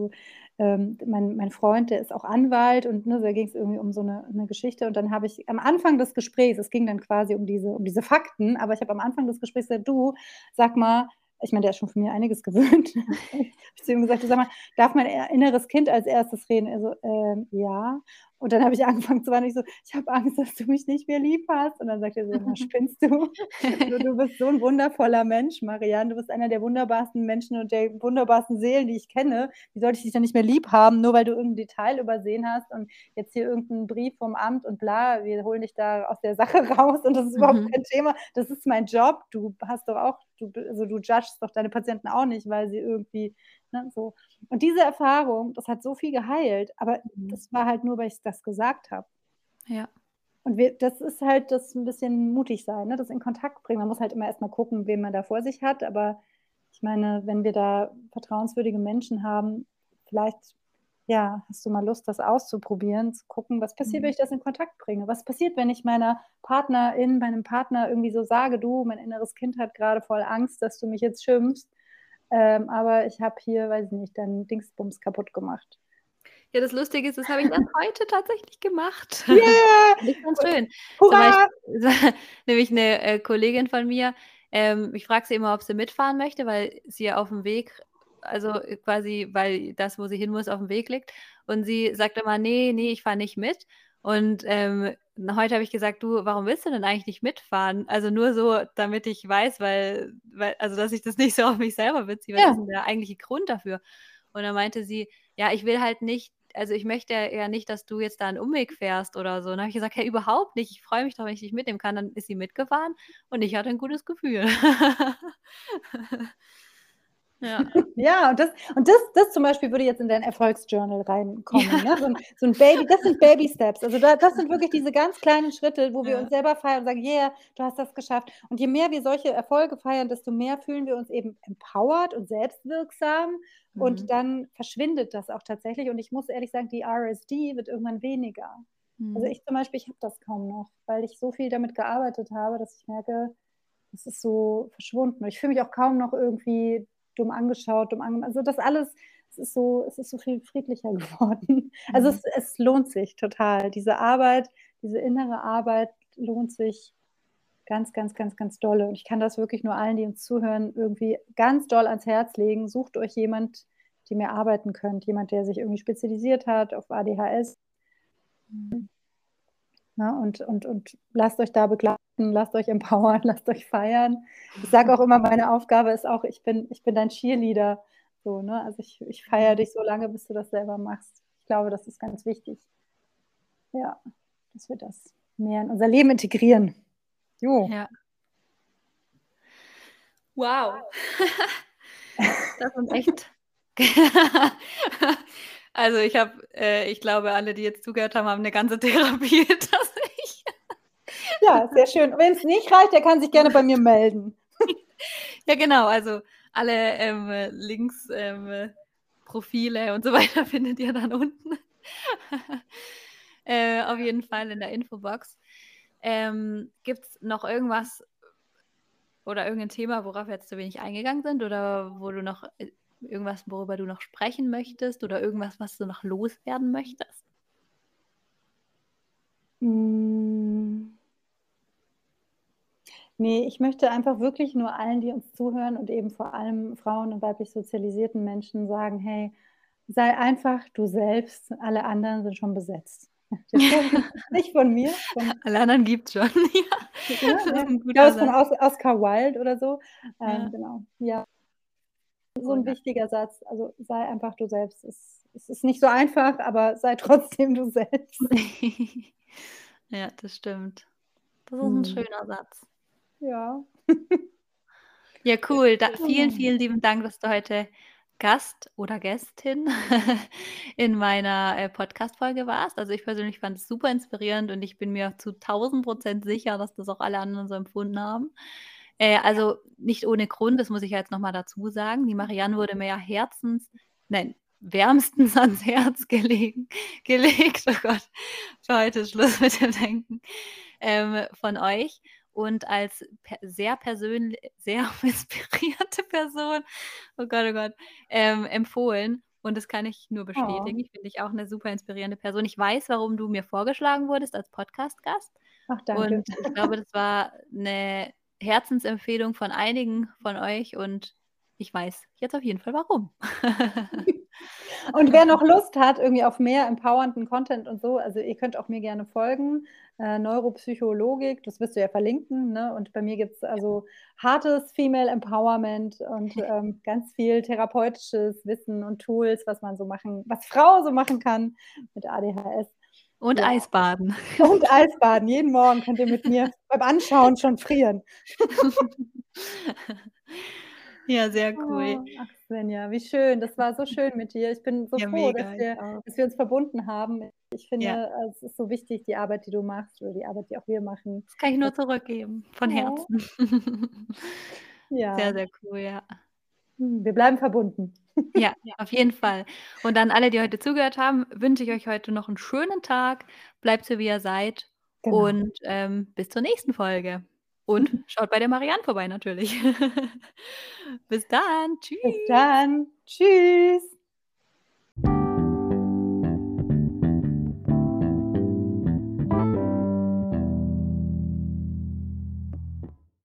mein Freund, der ist auch Anwalt und, ne, da ging's irgendwie um so 'ne Geschichte und dann habe ich am Anfang des Gesprächs, es ging dann quasi um diese Fakten, aber ich habe am Anfang des Gesprächs gesagt: „Du, sag mal, Ich meine, der ist schon von mir einiges gewöhnt. Habe ich zu ihm gesagt: „Du, sag mal, darf mein inneres Kind als erstes reden?" Er so: ja." Und dann habe ich angefangen zu weinen. Ich so: „Ich habe Angst, dass du mich nicht mehr lieb hast." Und dann sagt er so: „Na, spinnst du? Du bist so 'n wundervoller Mensch, Marianne. Du bist einer der wunderbarsten Menschen und der wunderbarsten Seelen, die ich kenne. Wie sollte ich dich denn nicht mehr lieb haben, nur weil du irgend 'n Detail übersehen hast und jetzt hier irgend 'n Brief vom Amt und bla, wir holen dich da aus der Sache raus und das ist überhaupt Mhm. kein Thema. Das ist mein Job. Du hast doch auch du judgst doch deine Patienten auch nicht, weil sie irgendwie, ne, so." Und diese Erfahrung, das hat so viel geheilt, aber Mhm. das war halt nur, weil ich das gesagt habe. Ja. Und wir das ist halt das 'n bisschen mutig sein, ne, das in Kontakt bringen. Man muss halt immer erst mal gucken, wen man da vor sich hat, aber ich meine, wenn wir da vertrauenswürdige Menschen haben, vielleicht, ja, hast du mal Lust, das auszuprobieren, zu gucken, was passiert, wenn Mhm. ich das in Kontakt bringe? Was passiert, wenn ich meinem Partner irgendwie so sage: „Du, mein inneres Kind hat grade voll Angst, dass du mich jetzt schimpfst, aber ich habe hier, weiß ich nicht, deinen Dingsbums kaputt gemacht." Ja, das Lustige ist, das habe ich erst heute tatsächlich gemacht. Ja, Und ich fand's schön. Zum hurra! Beispiel nämlich 'ne, Kollegin von mir, ich frage sie immer, ob sie mitfahren möchte, weil sie ja aufm Weg also, quasi weil das, wo sie hin muss, aufm Weg liegt. Und sie sagt immer: „Ne, ne, ich fahre nicht mit." Und, heute habe ich gesagt: „Du, warum willst du denn eigentlich nicht mitfahren?" Also, nur so, damit ich weiß, weil also, dass ich das nicht so auf mich selber beziehe. Was ist Ja. denn der eigentliche Grund dafür? Und dann meinte sie: „Ja, ich will halt nicht also, ich möchte ja nicht, dass du jetzt da 'n Umweg fährst oder so." Und dann habe ich gesagt: „Hey, überhaupt nicht. Ich freue mich doch, wenn ich dich mitnehmen kann." Dann ist sie mitgefahren und ich hatte 'n gutes Gefühl. Ja, Ja, und das zum Beispiel würde jetzt in dein Erfolgsjournal reinkommen, ne? So 'n Baby, das sind Baby Steps. Also, das sind wirklich diese ganz kleinen Schritte, wo wir ja, uns selber feiern und sagen: „Yeah, du hast das geschafft." Und je mehr wir solche Erfolge feiern, desto mehr fühlen wir uns eben empowered und selbstwirksam und mhm, dann verschwindet das auch tatsächlich. Und ich muss ehrlich sagen, die RSD wird irgendwann weniger. Also, mhm, ich zum Beispiel, ich habe das kaum noch, weil ich so viel damit gearbeitet habe, dass ich merke, das ist so verschwunden. Ich fühle mich auch kaum noch irgendwie dumm angeschaut, dumm angemacht. Also, das alles, es ist so viel friedlicher geworden. Also, mhm, es lohnt sich total. Diese Arbeit, diese innere Arbeit lohnt sich ganz, ganz, ganz, ganz dolle. Und ich kann das wirklich nur allen, die uns zuhören, irgendwie ganz doll ans Herz legen. Sucht euch jemand, die ihr arbeiten könnt. Jemand, der sich irgendwie spezialisiert hat auf ADHS, mhm. ne? Und lasst euch da begleiten, lasst euch empowern, lasst euch feiern. Ich sage auch immer, meine Aufgabe ist auch, ich bin dein Cheerleader, so, ne? Also, ich feiere Mhm. dich so lange, bis du das selber machst. Ich glaube, das ist ganz wichtig, ja, dass wir das mehr in unser Leben integrieren. Jo. Ja. Wow. Das sind echt also, ich glaube, alle, die jetzt zugehört haben, haben 'ne ganze Therapie hinter sich. Ja, sehr schön. Wem's nicht reicht, der kann sich gerne bei mir melden. Ja, genau, also alle, Links, Profile und so weiter findet ihr dann unten. Auf jeden Fall in der Infobox. Gibt's noch irgendwas oder irgendein Thema, worauf wir jetzt zu wenig eingegangen sind oder wo du noch irgendwas, worüber du noch sprechen möchtest oder irgendwas, was du noch loswerden möchtest? Hm. Ne, ich möchte einfach wirklich nur allen, die uns zuhören und eben vor allem Frauen und weiblich sozialisierten Menschen sagen: „Hey, sei einfach du selbst, alle anderen sind schon besetzt." Der Spruch ist nicht von mir, von, Alle anderen gibt's schon, ja. ja, Das ist ja, 'n ich glaube, guter es ist von Satz. Oscar Wilde oder so. Ja, Genau. Ja, so cool, 'n ja. wichtiger Satz. Also, sei einfach du selbst. Es ist nicht so einfach, aber sei trotzdem du selbst. Ja, das stimmt. Das ist 'n Mhm. schöner Satz. Ja. Ja, cool. Da vielen, Oh. vielen lieben Dank, dass du heute Gast oder Gästin in meiner, Podcast-Folge warst. Also, ich persönlich fand es super inspirierend und ich bin mir zu 1.000% sicher, dass das auch alle anderen so empfunden haben. Also, nicht ohne Grund, das muss ich ja jetzt noch mal dazu sagen. Die Marianne wurde mir ja wärmstens ans Herz gelegt, oh Gott, für heute ist Schluss mit dem Denken, von euch und als sehr inspirierte Person, oh Gott, empfohlen. Und das kann ich nur Oh. bestätigen. Ich finde dich auch 'ne super inspirierende Person. Ich weiß, warum du mir vorgeschlagen wurdest als Podcast-Gast. Ach, danke. Und ich glaube, das war 'ne Herzensempfehlung von einigen von euch und ich weiß jetzt auf jeden Fall warum. Und wer noch Lust hat irgendwie auf mehr empowernden Content und so, also ihr könnt auch mir gerne folgen, Neuropsychologik, das wirst du ja verlinken, ne? Und bei mir gibt's also hartes Female Empowerment und, ganz viel therapeutisches Wissen und Tools, was Frau so machen kann mit ADHS. Und Ja, Eisbaden. und Eisbaden. Jeden Morgen könnt ihr mit mir beim Anschauen schon frieren. Ja, sehr cool. Oh, ach Svenja, wie schön. Das war so schön mit dir. Ich bin so Ja, froh, mega, ich auch. dass wir uns verbunden haben. Ich Ja, finde, es ist so wichtig, die Arbeit, die du machst oder die Arbeit, die auch wir machen. das kann ich nur Das zurückgeben, von oh, Herzen. Sehr, ja, sehr cool, ja. wir bleiben verbunden. Ja, auf jeden Fall. Und an alle, die heute zugehört haben, wünsche ich euch heute noch 'n schönen Tag. Bleibt so, wie ihr seid Genau. und, bis zur nächsten Folge. Und schaut bei der Marianne vorbei natürlich. Bis dann. Bis Tschüss. dann. Tschüss.